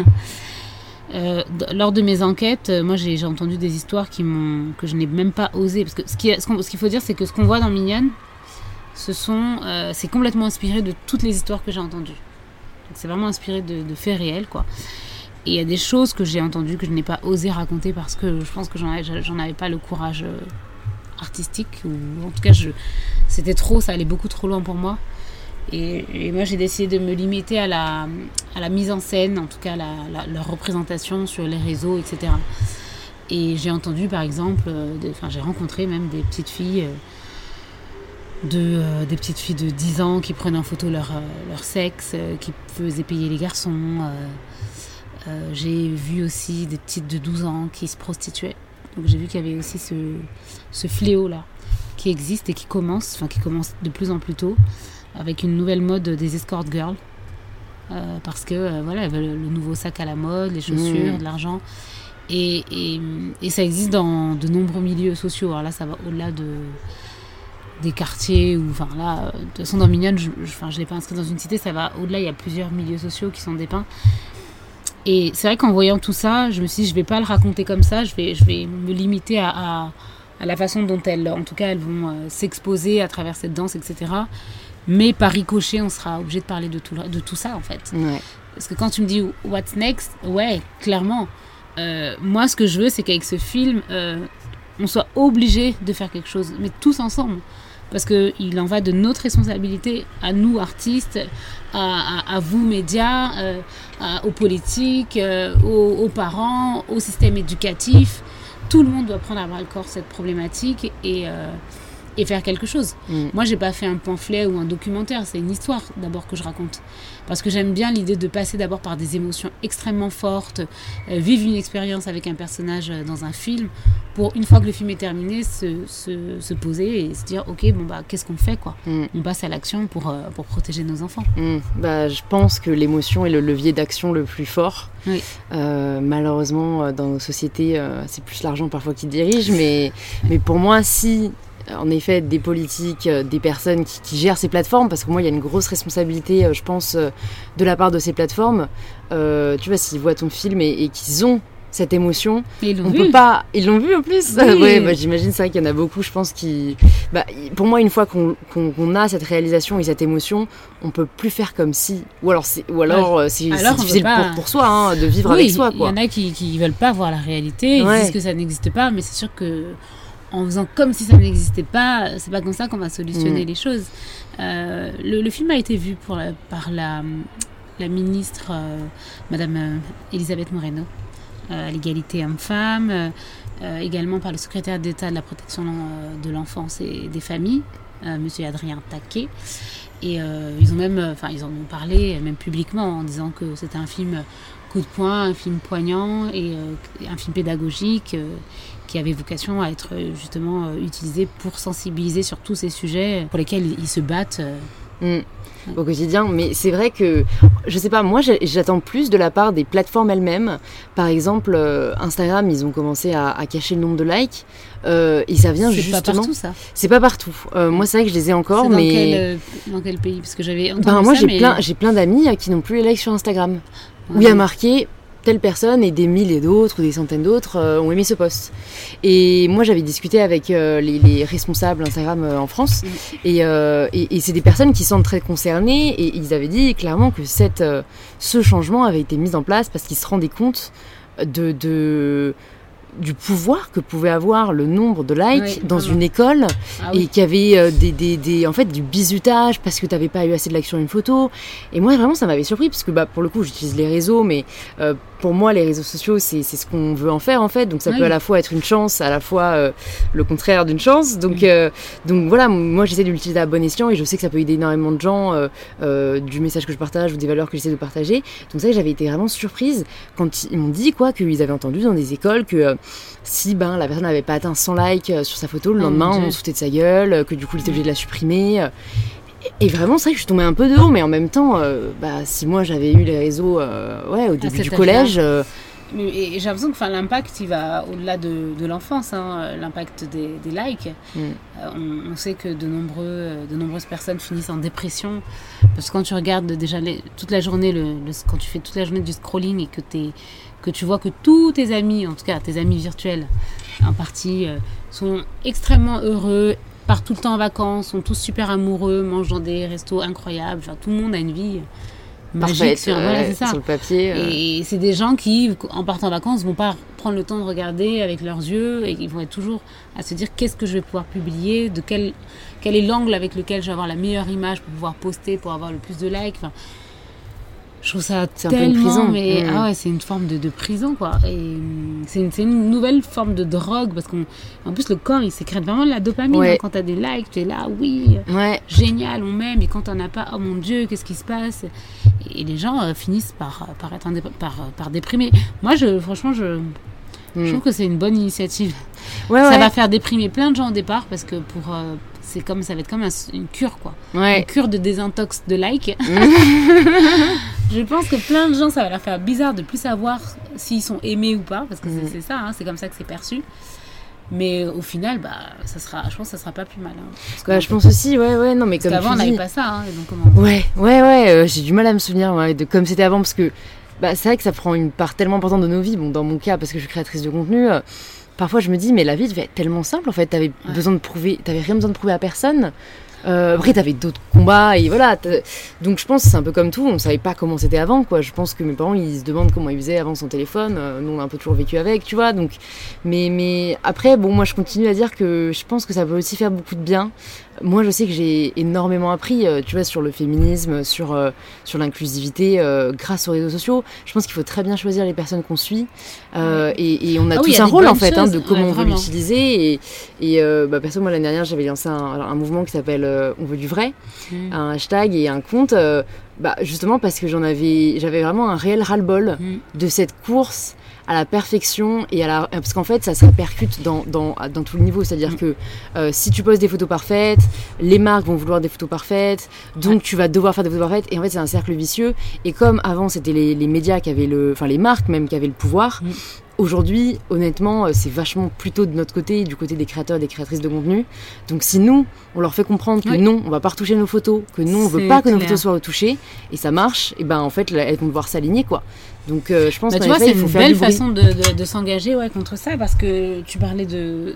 Lors de mes enquêtes, moi j'ai entendu des histoires que je n'ai même pas osé, parce que ce qu'il faut dire, c'est que ce qu'on voit dans Mignonne, c'est complètement inspiré de toutes les histoires que j'ai entendues. Donc c'est vraiment inspiré de faits réels, quoi. Et il y a des choses que j'ai entendues que je n'ai pas osé raconter parce que je pense que j'en avais pas le courage artistique, ou en tout cas c'était trop, ça allait beaucoup trop loin pour moi. Et moi j'ai décidé de me limiter à la mise en scène, en tout cas la représentation sur les réseaux, etc. Et j'ai entendu par exemple, j'ai rencontré même des petites filles des petites filles de 10 ans qui prenaient en photo leur sexe, qui faisaient payer les garçons. J'ai vu aussi des petites de 12 ans qui se prostituaient. Donc j'ai vu qu'il y avait aussi ce fléau-là qui existe et qui commence de plus en plus tôt, avec une nouvelle mode des escort girls, parce que voilà, elles veulent le nouveau sac à la mode, les chaussures, de l'argent, et ça existe dans de nombreux milieux sociaux. Alors là, ça va au-delà des quartiers, ou enfin là, de toute façon dans Mignonne, je l'ai pas inscrit dans une cité, ça va au-delà. Il y a plusieurs milieux sociaux qui sont dépeints, Et c'est vrai qu'en voyant tout ça, je me suis dit, je vais pas le raconter comme ça, je vais me limiter à la façon dont en tout cas, elles vont s'exposer à travers cette danse, etc. Mais par ricochet, on sera obligé de parler de tout ça, en fait. Ouais. Parce que quand tu me dis « What's next ?» Ouais, clairement. Moi, ce que je veux, c'est qu'avec ce film, on soit obligé de faire quelque chose, mais tous ensemble. Parce qu'il en va de notre responsabilité, à nous, artistes, à vous, médias, aux politiques, aux parents, au système éducatif. Tout le monde doit prendre à bras-le-corps cette problématique et faire quelque chose. Moi, j'ai pas fait un pamphlet ou un documentaire, c'est une histoire d'abord que je raconte. Parce que j'aime bien l'idée de passer d'abord par des émotions extrêmement fortes, vivre une expérience avec un personnage dans un film, pour une fois que le film est terminé, se poser et se dire ok, bon bah qu'est-ce qu'on fait quoi. On passe à l'action pour protéger nos enfants. Je pense que l'émotion est le levier d'action le plus fort. Oui. Malheureusement, dans nos sociétés, c'est plus l'argent parfois qui dirige, mais pour moi, si en effet des politiques, des personnes qui gèrent ces plateformes, parce que moi il y a une grosse responsabilité, je pense, de la part de ces plateformes. Tu vois, s'ils voient ton film et qu'ils ont cette émotion, on peut pas. Ils l'ont vu en plus. Oui. Ouais, j'imagine, c'est vrai qu'il y en a beaucoup, je pense, qui. Pour moi, une fois qu'on a cette réalisation et cette émotion, on peut plus faire comme si. Ou alors c'est difficile pour soi de vivre avec soi. Il y en a qui veulent pas voir la réalité, ils disent que ça n'existe pas, mais c'est sûr que en faisant comme si ça n'existait pas, c'est pas comme ça qu'on va solutionner les choses. Le film a été vu par la ministre, Madame Elisabeth Moreno, à l'égalité homme-femme, également par le secrétaire d'État de la protection de l'enfance et des familles, Monsieur Adrien Taquet. Et ils en ont parlé, même publiquement, en disant que c'était un film coup de poing, un film poignant et un film pédagogique qui avait vocation à être justement utilisé pour sensibiliser sur tous ces sujets pour lesquels ils se battent au quotidien. Mais c'est vrai que, je sais pas, moi j'attends plus de la part des plateformes elles-mêmes. Par exemple, Instagram, ils ont commencé à cacher le nombre de likes et ça vient justement... C'est pas partout ça. C'est pas partout. Moi c'est vrai que je les ai encore, mais... Dans quel pays? Parce que j'avais entendu moi ça, j'ai plein d'amis qui n'ont plus les likes sur Instagram. Où il y a marqué telle personne et des milliers d'autres ou des centaines d'autres ont aimé ce post. Et moi j'avais discuté avec les responsables Instagram en France et c'est des personnes qui sont très concernées et ils avaient dit clairement que ce changement avait été mis en place parce qu'ils se rendaient compte du pouvoir que pouvait avoir le nombre de likes dans une école et qu'il y avait en fait du bizutage parce que tu n'avais pas eu assez de likes sur une photo. Et moi vraiment ça m'avait surpris parce que pour le coup j'utilise les réseaux, mais pour moi les réseaux sociaux c'est ce qu'on veut en faire en fait, donc ça peut à la fois être une chance, à la fois le contraire d'une chance, donc voilà, moi j'essaie de l'utiliser à bon escient et je sais que ça peut aider énormément de gens du message que je partage ou des valeurs que j'essaie de partager. Donc ça, j'avais été vraiment surprise quand ils m'ont dit qu'ils avaient entendu dans des écoles que si la personne n'avait pas atteint 100 likes sur sa photo, le lendemain on se foutait de sa gueule, que du coup il était obligé de la supprimer. Et vraiment, c'est vrai que je suis tombée un peu de haut, mais en même temps, si moi j'avais eu les réseaux au début du collège... Et j'ai l'impression que l'impact, il va au-delà de l'enfance, l'impact des likes. On sait que de nombreuses personnes finissent en dépression, parce que quand tu regardes déjà toute la journée, quand tu fais toute la journée du scrolling et que tu vois que tous tes amis, en tout cas tes amis virtuels en partie, sont extrêmement heureux, partent tout le temps en vacances, sont tous super amoureux, mangent dans des restos incroyables, tout le monde a une vie magique sur le papier. Et c'est des gens qui, en partant en vacances, vont pas prendre le temps de regarder avec leurs yeux et ils vont être toujours à se dire qu'est-ce que je vais pouvoir publier, quel est l'angle avec lequel je vais avoir la meilleure image pour pouvoir poster, pour avoir le plus de likes. Je trouve ça tellement, mais c'est une forme de prison quoi. Et c'est une nouvelle forme de drogue parce qu'en plus le corps il sécrète vraiment de la dopamine. Quand t'as des likes, tu es là, génial, on m'aime. Et quand t'en as pas, oh mon Dieu, qu'est-ce qui se passe? Et les gens finissent par être déprimer. Moi, franchement, je trouve que c'est une bonne initiative. Ça va faire déprimer plein de gens au départ parce que ça va être comme une cure quoi. Une cure de désintox de likes. Je pense que plein de gens, ça va leur faire bizarre de plus savoir s'ils sont aimés ou pas, parce que c'est ça, c'est comme ça que c'est perçu. Mais au final, je pense que ça sera pas plus mal. Je pense aussi, non, mais parce comme qu'avant, on n'avait pas ça, et donc comment... j'ai du mal à me souvenir de comme c'était avant, parce que bah, c'est vrai que ça prend une part tellement importante de nos vies. Bon, dans mon cas, parce que je suis créatrice de contenu, parfois je me dis, mais la vie devait être tellement simple en fait. T'avais rien besoin de prouver à personne. Après t'avais d'autres combats et voilà, donc je pense que c'est un peu comme tout, on savait pas comment c'était avant quoi. Je pense que mes parents ils se demandent comment ils faisaient avant son téléphone, nous on a un peu toujours vécu avec, tu vois, donc mais après bon, moi je continue à dire que je pense que ça peut aussi faire beaucoup de bien. Moi je sais que j'ai énormément appris, tu vois, sur le féminisme, sur l'inclusivité grâce aux réseaux sociaux. Je pense qu'il faut très bien choisir les personnes qu'on suit, et on a tous un rôle en fait, de comment on veut l'utiliser, et perso moi l'année dernière j'avais lancé un mouvement qui s'appelle On veut du vrai, un hashtag et un compte, justement parce que j'avais vraiment un réel ras-le-bol de cette course à la perfection et parce qu'en fait ça se répercute dans tous les niveaux, c'est-à-dire que si tu postes des photos parfaites, les marques vont vouloir des photos parfaites, donc tu vas devoir faire des photos parfaites, et en fait c'est un cercle vicieux. Et comme avant c'était les médias qui avaient les marques même qui avaient le pouvoir, aujourd'hui, honnêtement, c'est vachement plutôt de notre côté, du côté des créateurs et des créatrices de contenu. Donc si nous, on leur fait comprendre que non, on va pas retoucher nos photos, que nous, on veut pas que nos photos soient retouchées, et ça marche, et en fait, elles vont devoir s'aligner, quoi. Donc je pense que c'est une belle façon de s'engager contre ça, parce que tu parlais de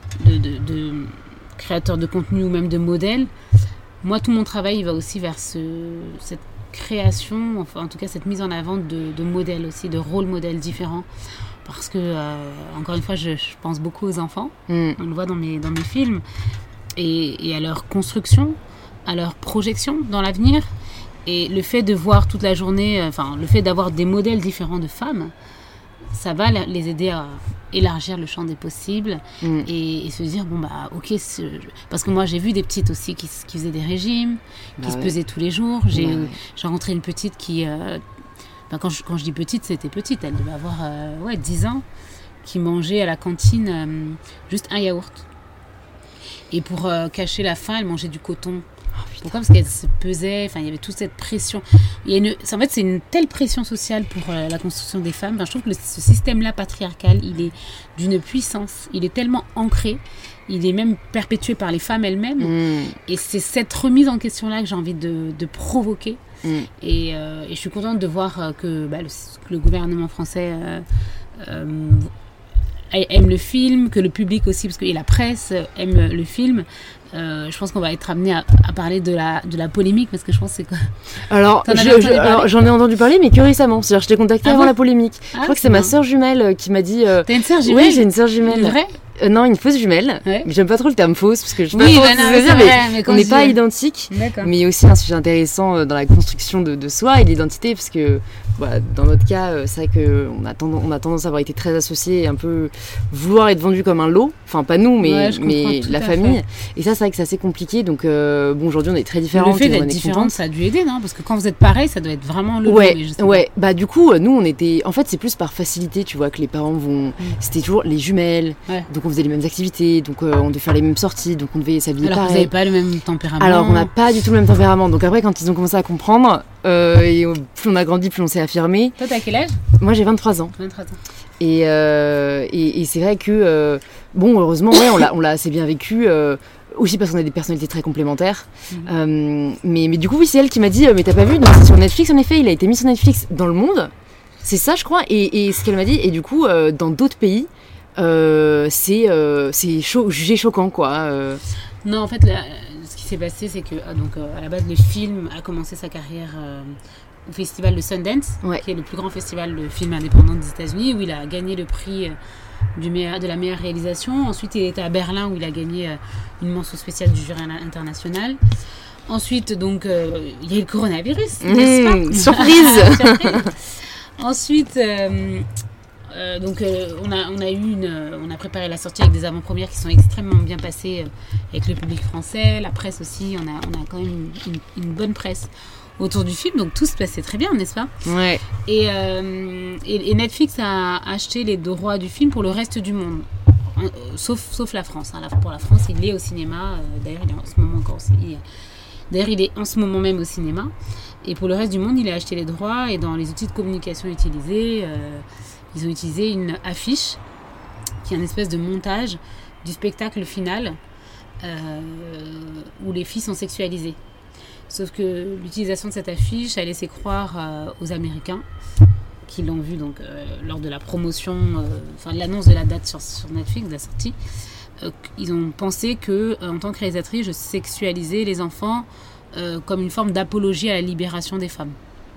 créateurs de contenu ou même de modèles. Moi, tout mon travail il va aussi vers cette création, enfin en tout cas cette mise en avant de modèles aussi, de rôles modèles différents. Parce que, encore une fois, je pense beaucoup aux enfants. On le voit dans mes films. Et à leur construction, à leur projection dans l'avenir. Et le fait de voir toute la journée, le fait d'avoir des modèles différents de femmes, ça va les aider à élargir le champ des possibles et se dire, ok, parce que moi j'ai vu des petites aussi qui faisaient des régimes, qui se pesaient tous les jours. J'ai rencontré une petite qui... quand je dis petite, c'était petite, elle devait avoir 10 ans, qui mangeait à la cantine juste un yaourt. Et pour cacher la faim, elle mangeait du coton. Pourquoi ? Parce qu'elle se pesait, il y avait toute cette pression. En fait, c'est une telle pression sociale pour la construction des femmes. Je trouve que ce système-là patriarcal, il est d'une puissance, il est tellement ancré, il est même perpétué par les femmes elles-mêmes. Et c'est cette remise en question-là que j'ai envie de provoquer. Et je suis contente de voir que le gouvernement français aime le film, que le public aussi, et la presse aime le film. Je pense qu'on va être amené à parler de la polémique, parce que je pense que c'est quoi. Alors, j'en ai entendu parler, mais que récemment. C'est-à-dire, je t'ai contacté avant la polémique. Je crois que c'est ma sœur jumelle qui m'a dit. T'as une sœur jumelle ? Oui, j'ai une sœur jumelle. Une vraie ? Non, une fausse jumelle. Ouais. J'aime pas trop le terme fausse, parce que je sais pas mais on n'est pas identiques. Mais il y a aussi un sujet intéressant dans la construction de soi et l'identité, parce que dans notre cas, c'est vrai qu'on a tendance à avoir été très associés, un peu vouloir être vendu comme un lot. Enfin, pas nous, mais la famille. Et ça, c'est vrai que c'est assez compliqué. Donc, aujourd'hui, on est très différentes. Le fait d'être différente, ça a dû aider, non ? Parce que quand vous êtes pareil, ça doit être vraiment le lot. Ouais. Du coup, nous, on était. En fait, c'est plus par facilité, tu vois, que les parents vont. C'était toujours les jumelles. Ouais. Donc, on faisait les mêmes activités. Donc, on devait faire les mêmes sorties. Donc, on devait s'habiller pareil. Alors, vous n'avez pas le même tempérament. Alors, on n'a pas du tout le même tempérament. Donc, après, quand ils ont commencé à comprendre, et plus on a grandi, plus on s'est affirmé. Toi, t'as quel âge ? Moi, j'ai 23 ans. 23 ans. Et c'est vrai que, heureusement, on l'a assez bien vécu. Aussi parce qu'on a des personnalités très complémentaires. Mais du coup, oui, c'est elle qui m'a dit mais t'as pas vu ? Donc, c'est sur Netflix, en effet, il a été mis sur Netflix dans le monde. C'est ça, je crois. Et ce qu'elle m'a dit, et du coup, dans d'autres pays, c'est jugé choquant, quoi. Non, en fait, ce qui s'est passé, c'est que à la base, le film a commencé sa carrière au festival de Sundance, qui est le plus grand festival de films indépendants des États-Unis, où il a gagné le prix de la meilleure réalisation. Ensuite, il était à Berlin, où il a gagné une mention spéciale du jury international. Ensuite, donc, il y a eu le coronavirus, n'est-ce pas ? Surprise. Ensuite, on a préparé la sortie avec des avant-premières qui sont extrêmement bien passées avec le public français, la presse aussi. On a quand même une bonne presse autour du film, donc tout se passait très bien, n'est-ce pas ? Ouais. Et Netflix a acheté les droits du film pour le reste du monde, sauf la France. Pour la France, il est au cinéma. D'ailleurs, il est en ce moment encore aussi. D'ailleurs, il est en ce moment même au cinéma. Et pour le reste du monde, il a acheté les droits. Et dans les outils de communication utilisés, ils ont utilisé une affiche qui est une espèce de montage du spectacle final où les filles sont sexualisées. Sauf que l'utilisation de cette affiche a laissé croire aux Américains qui l'ont vu donc, lors de la promotion, de l'annonce de la date sur Netflix, de la sortie, ils ont pensé que, en tant que réalisatrice, je sexualisais les enfants comme une forme d'apologie à la libération des femmes.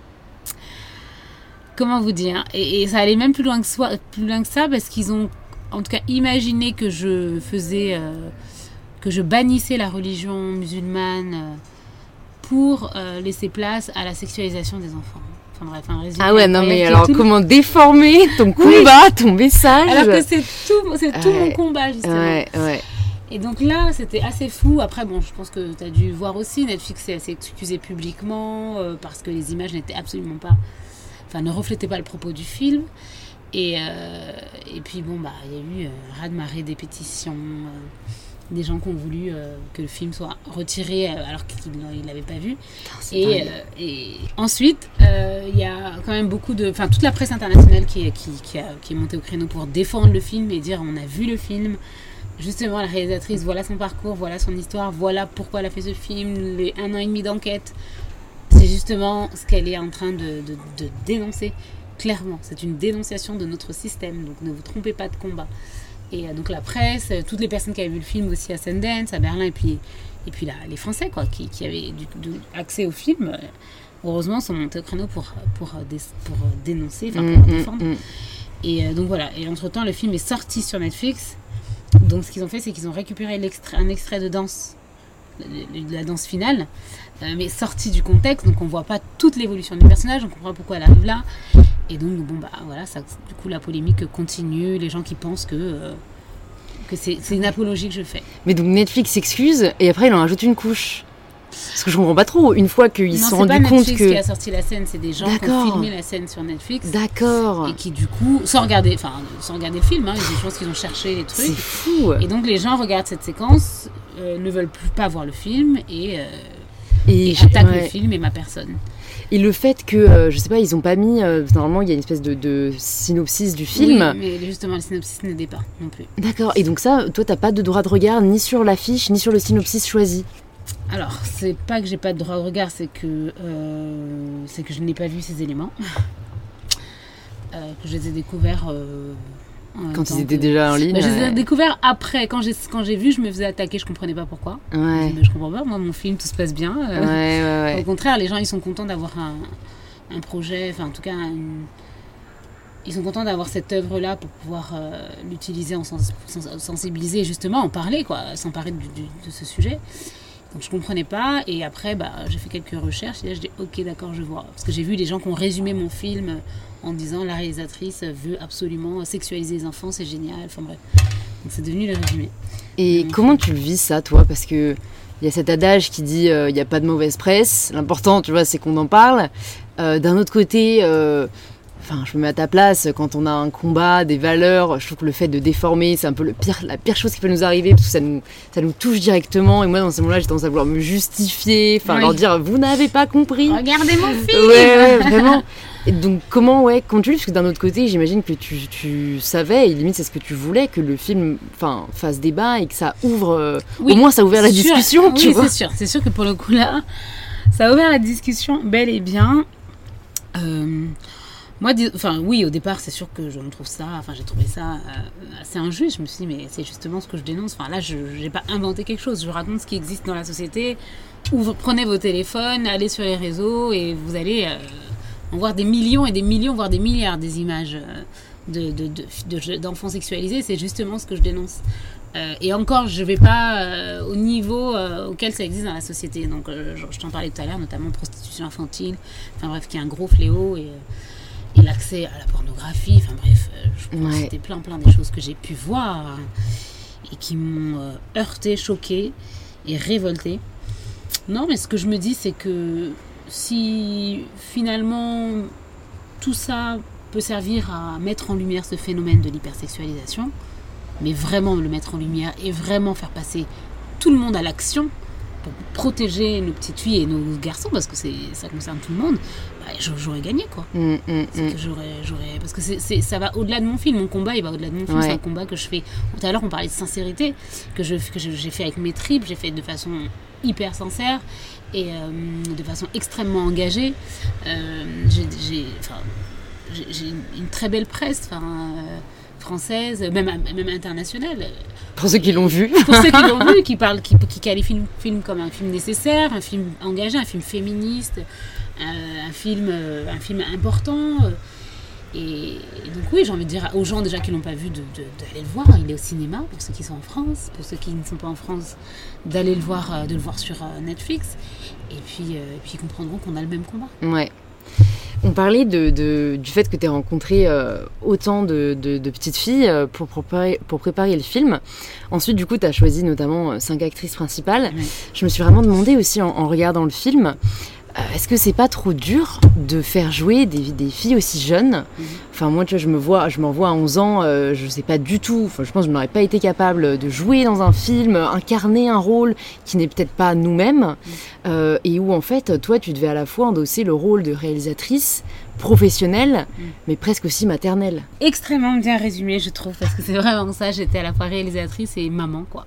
Comment vous dire ? Et ça allait même plus loin que ça, parce qu'ils ont en tout cas imaginé que je faisais, que je bannissais la religion musulmane pour laisser place à la sexualisation des enfants. Enfin bref, un résumé. Ah ouais, non mais alors comment déformer ton combat, ton message ? Alors que c'est tout mon combat justement. Ouais. Et donc là, c'était assez fou. Après, bon, je pense que tu as dû voir aussi, Netflix s'est excusé publiquement parce que les images n'étaient absolument pas... Enfin, ne reflétaient pas le propos du film. Et puis, bon, bah, il y a eu raz-de-marée des pétitions, des gens qui ont voulu que le film soit retiré alors qu'ils ne l'avaient pas vu. Et ensuite, il y a quand même beaucoup de... Enfin, toute la presse internationale qui est montée au créneau pour défendre le film et dire on a vu le film. Justement, la réalisatrice, voilà son parcours, voilà son histoire, voilà pourquoi elle a fait ce film, les 1 an et demi d'enquête. C'est justement ce qu'elle est en train de dénoncer, clairement. C'est une dénonciation de notre système, donc ne vous trompez pas de combat. Et donc la presse, toutes les personnes qui avaient vu le film aussi à Sundance, à Berlin, et puis là, les Français quoi, qui avaient accès au film, heureusement, sont montés au créneau pour dénoncer, pour défendre. Et donc voilà, et entre-temps, le film est sorti sur Netflix. Donc ce qu'ils ont fait, c'est qu'ils ont récupéré un extrait de danse, de la danse finale, mais sorti du contexte, donc on voit pas toute l'évolution du personnage, on comprend pourquoi elle arrive là. Et donc bon bah voilà, ça, du coup la polémique continue, les gens qui pensent que c'est une apologie que je fais. Mais donc Netflix s'excuse et après il en rajoute une couche. Parce que je comprends pas trop, une fois qu'ils se sont rendus compte que... Non, c'est pas Netflix qui a sorti la scène, c'est des gens qui ont filmé la scène sur Netflix. D'accord. Et qui du coup, sans regarder le film, hein, je pense qu'ils ont cherché les trucs. C'est fou. Et donc les gens regardent cette séquence, ne veulent plus pas voir le film et attaquent le film et ma personne. Et le fait que, je sais pas, ils ont pas mis... normalement, il y a une espèce de synopsis du film. Oui, mais justement, le synopsis n'aidait pas non plus. D'accord. Et donc ça, toi, t'as pas de droit de regard ni sur l'affiche, ni sur le synopsis choisi. Alors, c'est pas que j'ai pas de droit de regard, c'est que je n'ai pas vu ces éléments. Que je les ai découverts... quand ils étaient déjà en ligne. Je les ai découverts après. Quand j'ai vu, je me faisais attaquer, je comprenais pas pourquoi. Ouais. Je comprends pas, moi, mon film, tout se passe bien. Ouais. Au contraire, les gens, ils sont contents d'avoir un projet, enfin, en tout cas, ils sont contents d'avoir cette œuvre-là pour pouvoir l'utiliser, sensibiliser et justement en parler, quoi, s'emparer de ce sujet. Donc je comprenais pas et après j'ai fait quelques recherches et là je dis ok d'accord je vois parce que j'ai vu des gens qui ont résumé mon film en disant la réalisatrice veut absolument sexualiser les enfants, c'est génial, enfin bref, donc c'est devenu le résumé. Et comment tu vis ça toi, parce que il y a cet adage qui dit il n'y a pas de mauvaise presse, l'important tu vois c'est qu'on en parle, d'un autre côté je me mets à ta place, quand on a un combat, des valeurs, je trouve que le fait de déformer, c'est un peu la pire chose qui peut nous arriver, parce que ça nous touche directement. Et moi, dans ces moments-là, j'ai tendance à vouloir me justifier, leur dire, vous n'avez pas compris. Regardez mon film. Ouais, vraiment. Et donc, comment tu lis, parce que d'un autre côté, j'imagine que tu savais, et limite, c'est ce que tu voulais, que le film fasse débat et que ça ouvre, au moins ça a ouvert la discussion, tu vois. C'est sûr que pour le coup, là, ça a ouvert la discussion bel et bien. Moi, oui, au départ, c'est sûr que j'ai trouvé ça assez injuste. Je me suis dit, mais c'est justement ce que je dénonce. Enfin, là, je n'ai pas inventé quelque chose. Je raconte ce qui existe dans la société. Prenez vos téléphones, allez sur les réseaux et vous allez en voir des millions et des millions, voire des milliards des images d'enfants sexualisés. C'est justement ce que je dénonce. Et encore, je ne vais pas au niveau auquel ça existe dans la société. Donc, je t'en parlais tout à l'heure, notamment prostitution infantile. Enfin bref, qui est un gros fléau et l'accès à la pornographie, enfin bref, je pense que c'était plein des choses que j'ai pu voir et qui m'ont heurté, choqué et révolté. Non, mais ce que je me dis, c'est que si finalement tout ça peut servir à mettre en lumière ce phénomène de l'hypersexualisation, mais vraiment le mettre en lumière et vraiment faire passer tout le monde à l'action pour protéger nos petites filles et nos garçons, parce que ça concerne tout le monde, j'aurais gagné quoi. C'est que j'aurais parce que ça va au-delà de mon film, mon combat il va au-delà de mon film, c'est un combat que je fais. Tout à l'heure on parlait de sincérité, que j'ai fait avec mes tripes, j'ai fait de façon hyper sincère et de façon extrêmement engagée. j'ai une très belle presse, française, même internationale. Pour ceux qui l'ont vu. Pour ceux qui l'ont vu, qui qualifient le film comme un film nécessaire, un film engagé, un film féministe, un film important. Et donc oui, j'ai envie de dire aux gens déjà qui ne l'ont pas vu d'aller le voir. Il est au cinéma pour ceux qui sont en France, pour ceux qui ne sont pas en France, d'aller le voir, de le voir sur Netflix. Et puis ils comprendront qu'on a le même combat. Ouais. On parlait du fait que tu aies rencontré autant de petites filles pour préparer le film. Ensuite, du coup, tu as choisi notamment 5 actrices principales. Oui. Je me suis vraiment demandé aussi en regardant le film, est-ce que c'est pas trop dur de faire jouer des filles aussi jeunes ? Enfin, moi, tu vois, je m'en vois à 11 ans, je sais pas du tout. Enfin, je pense que je n'aurais pas été capable de jouer dans un film, incarner un rôle qui n'est peut-être pas nous-mêmes, et où, en fait, toi, tu devais à la fois endosser le rôle de réalisatrice professionnelle, mais presque aussi maternelle. Extrêmement bien résumé, je trouve, parce que c'est vraiment ça. J'étais à la fois réalisatrice et maman, quoi.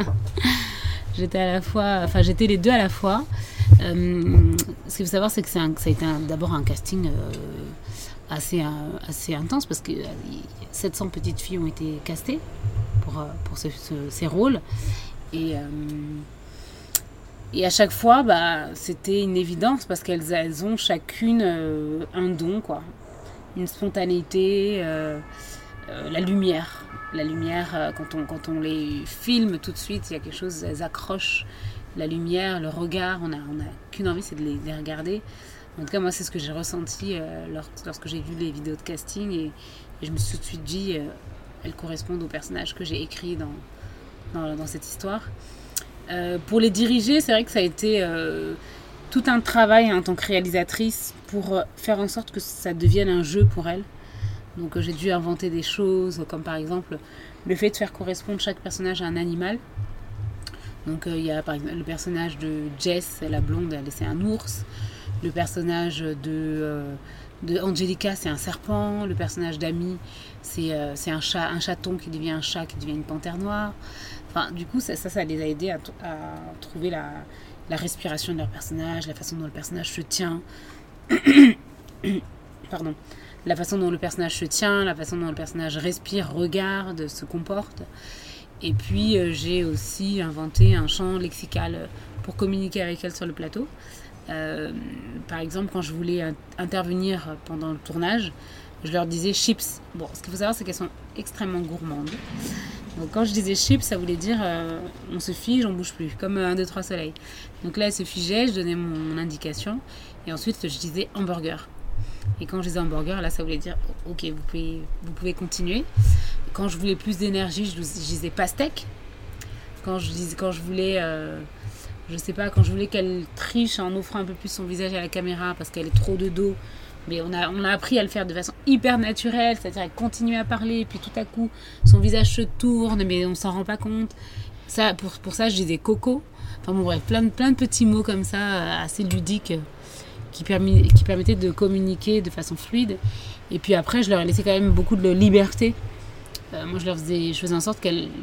J'étais les deux à la fois. Ce qu'il faut savoir, c'est que ça a été d'abord un casting assez intense, parce que 700 petites filles ont été castées pour ces rôles. Et à chaque fois, c'était une évidence, parce qu'elles ont chacune un don, quoi. Une spontanéité, la lumière. La lumière, quand on les filme tout de suite, il y a quelque chose, elles accrochent. La lumière, le regard, on a qu'une envie, c'est de les regarder. En tout cas, moi, c'est ce que j'ai ressenti lorsque j'ai vu les vidéos de casting, et je me suis tout de suite dit, elles correspondent aux personnages que j'ai écrits dans cette histoire. Pour les diriger, c'est vrai que ça a été tout un travail en tant que réalisatrice pour faire en sorte que ça devienne un jeu pour elles. Donc j'ai dû inventer des choses, comme par exemple le fait de faire correspondre chaque personnage à un animal. Donc il y a par exemple le personnage de Jess, la blonde, c'est un ours. Le personnage de Angelica, c'est un serpent. Le personnage d'Amy, c'est un chaton qui devient un chat, qui devient une panthère noire. Enfin, du coup, ça les a aidés à trouver la respiration de leur personnage, la façon dont le personnage se tient. Pardon. La façon dont le personnage se tient, la façon dont le personnage respire, regarde, se comporte. Et puis, j'ai aussi inventé un champ lexical pour communiquer avec elles sur le plateau. Par exemple, quand je voulais intervenir pendant le tournage, je leur disais chips. Bon, ce qu'il faut savoir, c'est qu'elles sont extrêmement gourmandes. Donc, quand je disais chips, ça voulait dire on se fige, on bouge plus, comme 1, 2, 3 soleil. Donc là, elles se figeaient, je donnais mon indication. Et ensuite, je disais hamburger. Et quand je disais hamburger, là, ça voulait dire ok, vous pouvez continuer. Quand je voulais plus d'énergie, je disais pastèque. Quand je voulais, quand je voulais qu'elle triche en offrant un peu plus son visage à la caméra parce qu'elle est trop de dos, mais on a appris à le faire de façon hyper naturelle, c'est-à-dire elle continue à parler, et puis tout à coup, son visage se tourne, mais on s'en rend pas compte. Ça, pour ça, je disais coco. Enfin bon, bref, plein de petits mots comme ça, assez ludiques, qui permettaient de communiquer de façon fluide. Et puis après, je leur ai laissé quand même beaucoup de liberté. Moi, je faisais en sorte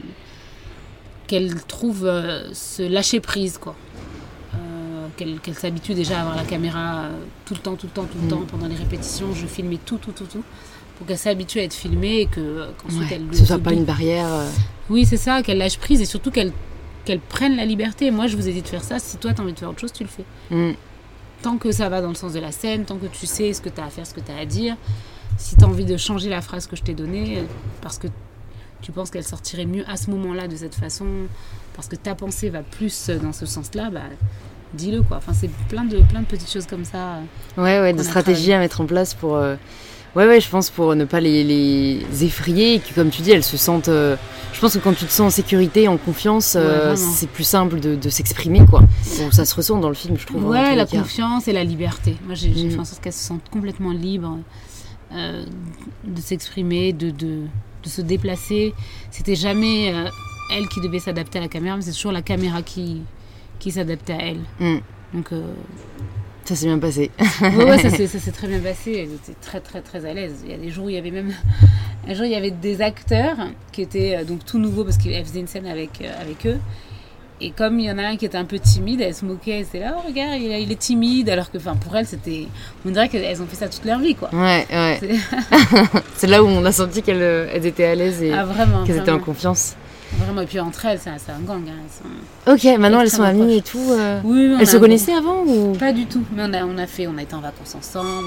qu'elles trouvent ce lâcher prise, quoi. Qu'elles s'habituent déjà à avoir la caméra tout le temps, pendant les répétitions. Je filmais tout, pour qu'elles s'habituent à être filmées et qu'ensuite elles... Que ce soit pas une barrière. Oui, c'est ça, qu'elles lâchent prise et surtout qu'elles prennent la liberté. Moi, je vous ai dit de faire ça. Si toi, tu as envie de faire autre chose, tu le fais. Tant que ça va dans le sens de la scène, tant que tu sais ce que tu as à faire, ce que tu as à dire. Si tu as envie de changer la phrase que je t'ai donnée, parce que tu penses qu'elle sortirait mieux à ce moment-là de cette façon, parce que ta pensée va plus dans ce sens-là, dis-le, quoi. Enfin, c'est plein de petites choses comme ça. Ouais, de stratégies à mettre en place pour... Ouais, je pense pour ne pas les effrayer et que, comme tu dis, elles se sentent... je pense que quand tu te sens en sécurité, en confiance, c'est plus simple de s'exprimer, quoi. Bon, ça se ressent dans le film, je trouve. Ouais, la confiance et la liberté. Moi, j'ai fait en sorte qu'elles se sentent complètement libres de s'exprimer, de se déplacer. C'était jamais elle qui devait s'adapter à la caméra, mais c'est toujours la caméra qui s'adaptait à elle. Donc... Ça s'est bien passé. Ouais, ça s'est très bien passé. Elle était très, très, très à l'aise. Il y a des jours où il y avait même... Un jour, il y avait des acteurs qui étaient donc tout nouveaux parce qu'elle faisait une scène avec eux. Et comme il y en a un qui était un peu timide, elles se moquaient, c'était là, oh, regarde, il est timide, alors que pour elles, on dirait qu'elles ont fait ça toute leur vie, quoi. Ouais. C'est là où on a senti qu'elles étaient à l'aise et vraiment, qu'elles étaient en confiance. Vraiment, et puis entre elles, c'est un gang. Ok, maintenant elles sont amies et tout. Oui, elles se connaissaient avant ou... Pas du tout, mais on a été en vacances ensemble,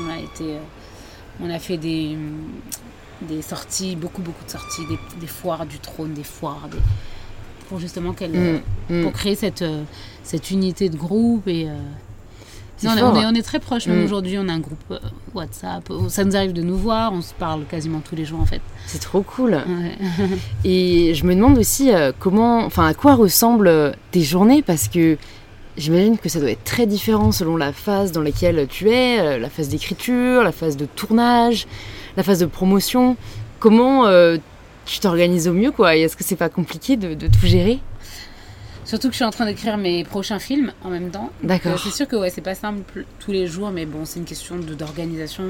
on a fait des sorties, beaucoup de sorties, des foires du trône, pour justement pour créer cette unité de groupe et on est très proches. Même aujourd'hui, on a un groupe WhatsApp. Ça nous arrive de nous voir. On se parle quasiment tous les jours, en fait. C'est trop cool. Ouais. Et je me demande aussi à quoi ressemblent tes journées, parce que j'imagine que ça doit être très différent selon la phase dans laquelle tu es, la phase d'écriture, la phase de tournage, la phase de promotion. Comment tu t'organises au mieux, quoi? Et est-ce que c'est pas compliqué de tout gérer? Surtout que je suis en train d'écrire mes prochains films en même temps. D'accord. C'est sûr que c'est pas simple tous les jours, mais bon, c'est une question d'organisation.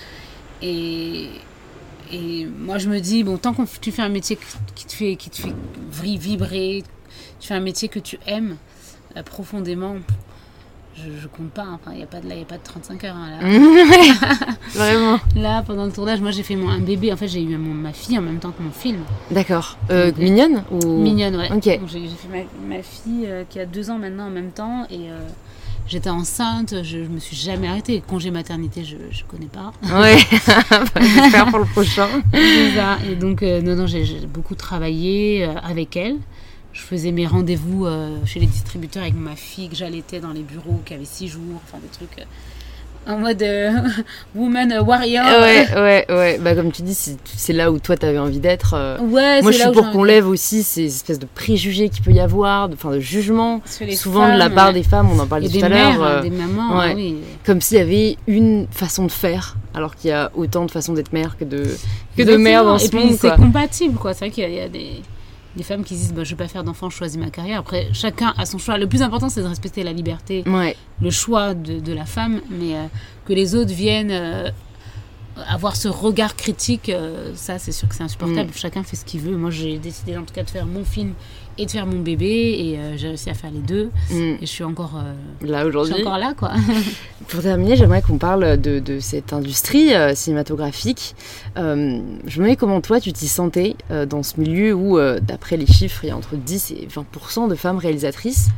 Et moi, je me dis, bon, tant que tu fais un métier qui te fait vibrer, tu fais un métier que tu aimes profondément, je compte pas. Enfin, il n'y a pas de 35 heures. Hein, là. Vraiment. Là, pendant le tournage, moi, j'ai fait un bébé. En fait, j'ai eu ma fille en même temps que mon film. D'accord. Mignonne ou... Mignonne, ouais. Ok. Donc, j'ai fait ma fille qui a 2 ans maintenant en même temps. Et j'étais enceinte. Je me suis jamais arrêtée. Congé maternité, je connais pas. Ouais. J'espère pour le prochain. C'est ça. Et donc, non, j'ai beaucoup travaillé avec elle. Je faisais mes rendez-vous chez les distributeurs avec ma fille que j'allaitais dans les bureaux, qui avait 6 jours, enfin des trucs en mode woman warrior. Ouais. Bah, comme tu dis, c'est là où toi t'avais envie d'être. Ouais, moi, je suis pour qu'on lève aussi ces espèces de préjugés qu'il peut y avoir, de jugements, souvent femmes, de la part des femmes, on en parlait tout à l'heure. Des mamans, ouais. Oui. Comme s'il y avait une façon de faire, alors qu'il y a autant de façons d'être mère que de mère dans ce monde. Et puis c'est compatible, quoi. C'est vrai qu'il y a des femmes qui disent je ne vais pas faire d'enfant, je choisis ma carrière. Après, chacun a son choix. Le plus important, c'est de respecter la liberté, le choix de la femme, mais que les autres viennent avoir ce regard critique, ça, c'est sûr que c'est insupportable. Chacun fait ce qu'il veut. Moi, j'ai décidé en tout cas de faire mon film et de faire mon bébé, et j'ai réussi à faire les deux. Et je suis encore là aujourd'hui. Je suis encore là, quoi. Pour terminer, j'aimerais qu'on parle de cette industrie cinématographique. Je me demandais comment toi tu t'y sentais dans ce milieu où, d'après les chiffres, il y a entre 10 et 20% de femmes réalisatrices.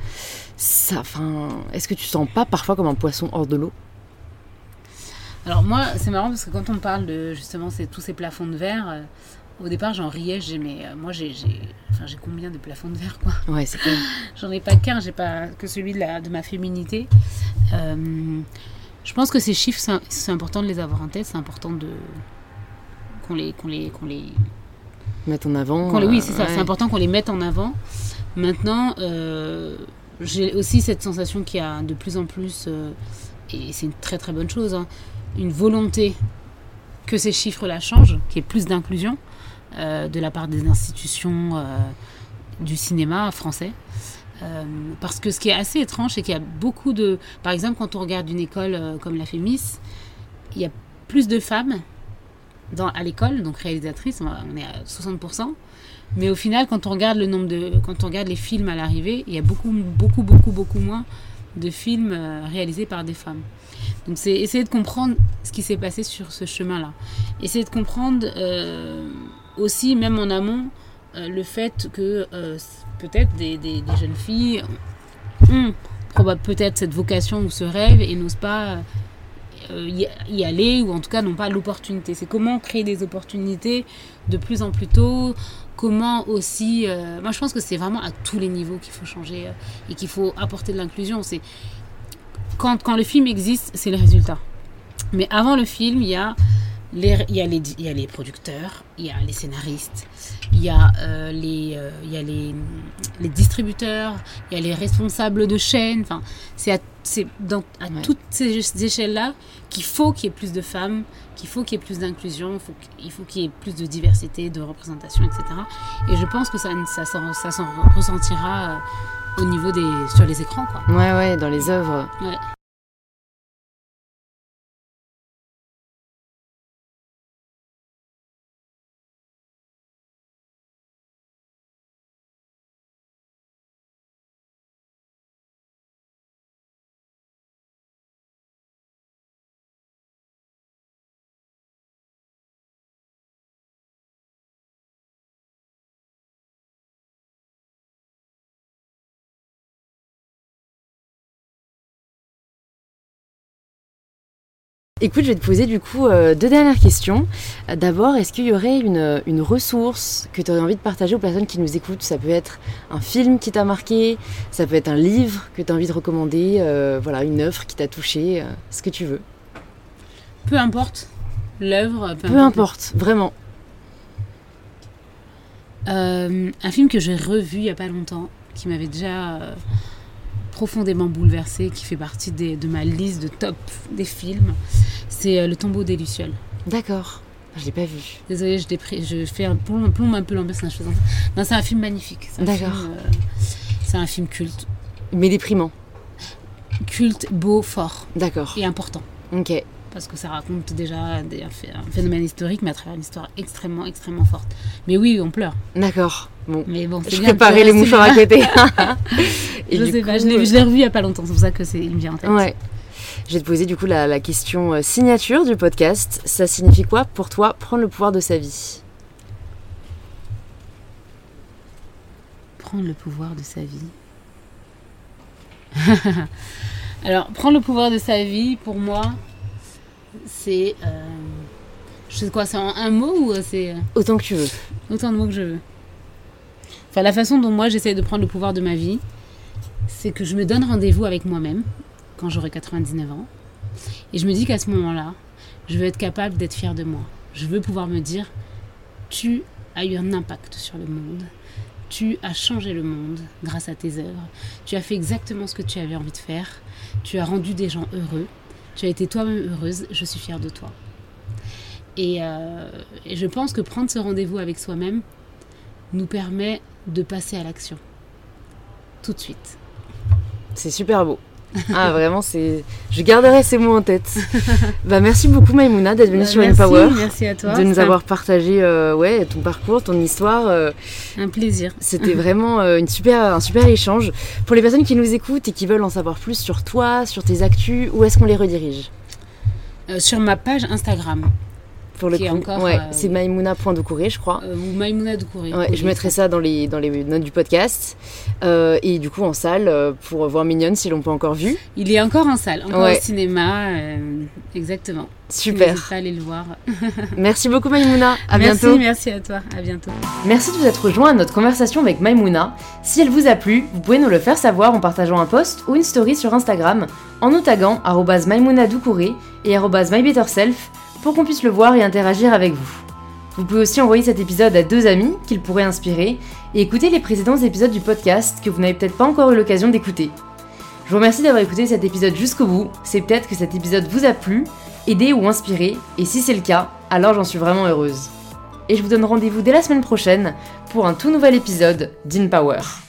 Est-ce que tu te sens pas parfois comme un poisson hors de l'eau? Alors moi, c'est marrant parce que quand on parle de justement tous ces plafonds de verre, au départ j'en riais, moi j'ai combien de plafonds de verre, quoi. Ouais, c'est clair. J'en ai pas qu'un, j'ai pas que celui de ma féminité. Je pense que ces chiffres, c'est important de les avoir en tête, c'est important qu'on les mette en avant. Oui, c'est ça, c'est important qu'on les mette en avant. Maintenant, j'ai aussi cette sensation qu'il y a de plus en plus, et c'est une très très bonne chose, une volonté que ces chiffres-là changent, qu'il y ait plus d'inclusion de la part des institutions du cinéma français. Parce que ce qui est assez étrange, c'est qu'il y a beaucoup de... Par exemple, quand on regarde une école comme la FEMIS, il y a plus de femmes à l'école, donc réalisatrices, on est à 60%. Mais au final, quand on regarde les films à l'arrivée, il y a beaucoup moins de films réalisés par des femmes. Donc c'est essayer de comprendre ce qui s'est passé sur ce chemin-là. Essayer de comprendre aussi, même en amont, le fait que peut-être des jeunes filles ont peut-être cette vocation ou ce rêve et n'osent pas y aller, ou en tout cas n'ont pas l'opportunité. C'est comment créer des opportunités de plus en plus tôt, comment aussi... moi je pense que c'est vraiment à tous les niveaux qu'il faut changer et qu'il faut apporter de l'inclusion. Quand le film existe, c'est le résultat. Mais avant le film, il y a les producteurs, il y a les scénaristes, il y a les distributeurs, il y a les responsables de chaîne. Enfin, c'est à toutes ces échelles-là qu'il faut qu'il y ait plus de femmes, qu'il faut qu'il y ait plus d'inclusion, il faut qu'il y ait plus de diversité, de représentation, etc. Et je pense que ça s'en ressentira au niveau sur les écrans, quoi. Ouais, dans les œuvres. Ouais. Écoute, je vais te poser du coup 2 dernières questions. D'abord, est-ce qu'il y aurait une ressource que tu aurais envie de partager aux personnes qui nous écoutent? Ça peut être un film qui t'a marqué, ça peut être un livre que tu as envie de recommander, voilà, une œuvre qui t'a touché, ce que tu veux. Peu importe l'œuvre. Peu importe, vraiment. Un film que j'ai revu il n'y a pas longtemps, qui m'avait déjà profondément bouleversée, qui fait partie de ma liste de top des films, c'est Le Tombeau des Lucioles. D'accord, je l'ai pas vu. Désolée, je fais plombe un peu l'ambiance. Non, c'est un film magnifique. C'est un film culte. Mais déprimant. Culte, beau, fort. D'accord. Et important. Ok. Parce que ça raconte déjà un phénomène historique, mais à travers une histoire extrêmement, extrêmement forte. Mais oui, on pleure. D'accord. Bon, mais bon, c'est je bien préparais les mouchoirs à côté. Et je sais pas, je l'ai revu il n'y a pas longtemps, c'est pour ça il me vient en tête. Ouais. Je vais te poser du coup la question signature du podcast. Ça signifie quoi pour toi prendre le pouvoir de sa vie? Prendre le pouvoir de sa vie. Alors, prendre le pouvoir de sa vie, pour moi, c'est... je sais quoi, c'est un mot ou c'est... Autant que tu veux. Autant de mots que je veux. Enfin, la façon dont moi j'essaie de prendre le pouvoir de ma vie, c'est que je me donne rendez-vous avec moi-même quand j'aurai 99 ans. Et je me dis qu'à ce moment-là, je veux être capable d'être fière de moi. Je veux pouvoir me dire, tu as eu un impact sur le monde. Tu as changé le monde grâce à tes œuvres. Tu as fait exactement ce que tu avais envie de faire. Tu as rendu des gens heureux. Tu as été toi-même heureuse. Je suis fière de toi. Et je pense que prendre ce rendez-vous avec soi-même nous permet de passer à l'action. Tout de suite. C'est super beau. Ah, vraiment, je garderai ces mots en tête. Merci beaucoup, Maïmouna, d'être venue sur InPower. Merci à toi. De nous avoir partagé ton parcours, ton histoire. Un plaisir. C'était vraiment un super échange. Pour les personnes qui nous écoutent et qui veulent en savoir plus sur toi, sur tes actus, où est-ce qu'on les redirige? Sur ma page Instagram. Pour le coup, c'est maïmouna.doucouré, je crois. Ou Maïmouna Doucouré. Ouais, je mettrai ça dans les notes du podcast. Et du coup, en salle, pour voir Mignonne, si l'on peut encore vu. Il est encore en salle, encore au cinéma. Exactement. Super. N'hésite pas à aller le voir. Merci beaucoup, Maïmouna. À bientôt. Merci à toi. À bientôt. Merci de vous être rejoint à notre conversation avec Maïmouna. Si elle vous a plu, vous pouvez nous le faire savoir en partageant un post ou une story sur Instagram, en nous taguant @maïmouna_doucouré et @mybetterself, pour qu'on puisse le voir et interagir avec vous. Vous pouvez aussi envoyer cet épisode à 2 amis qu'il pourrait inspirer et écouter les précédents épisodes du podcast que vous n'avez peut-être pas encore eu l'occasion d'écouter. Je vous remercie d'avoir écouté cet épisode jusqu'au bout, c'est peut-être que cet épisode vous a plu, aidé ou inspiré, et si c'est le cas, alors j'en suis vraiment heureuse. Et je vous donne rendez-vous dès la semaine prochaine pour un tout nouvel épisode d'InPower.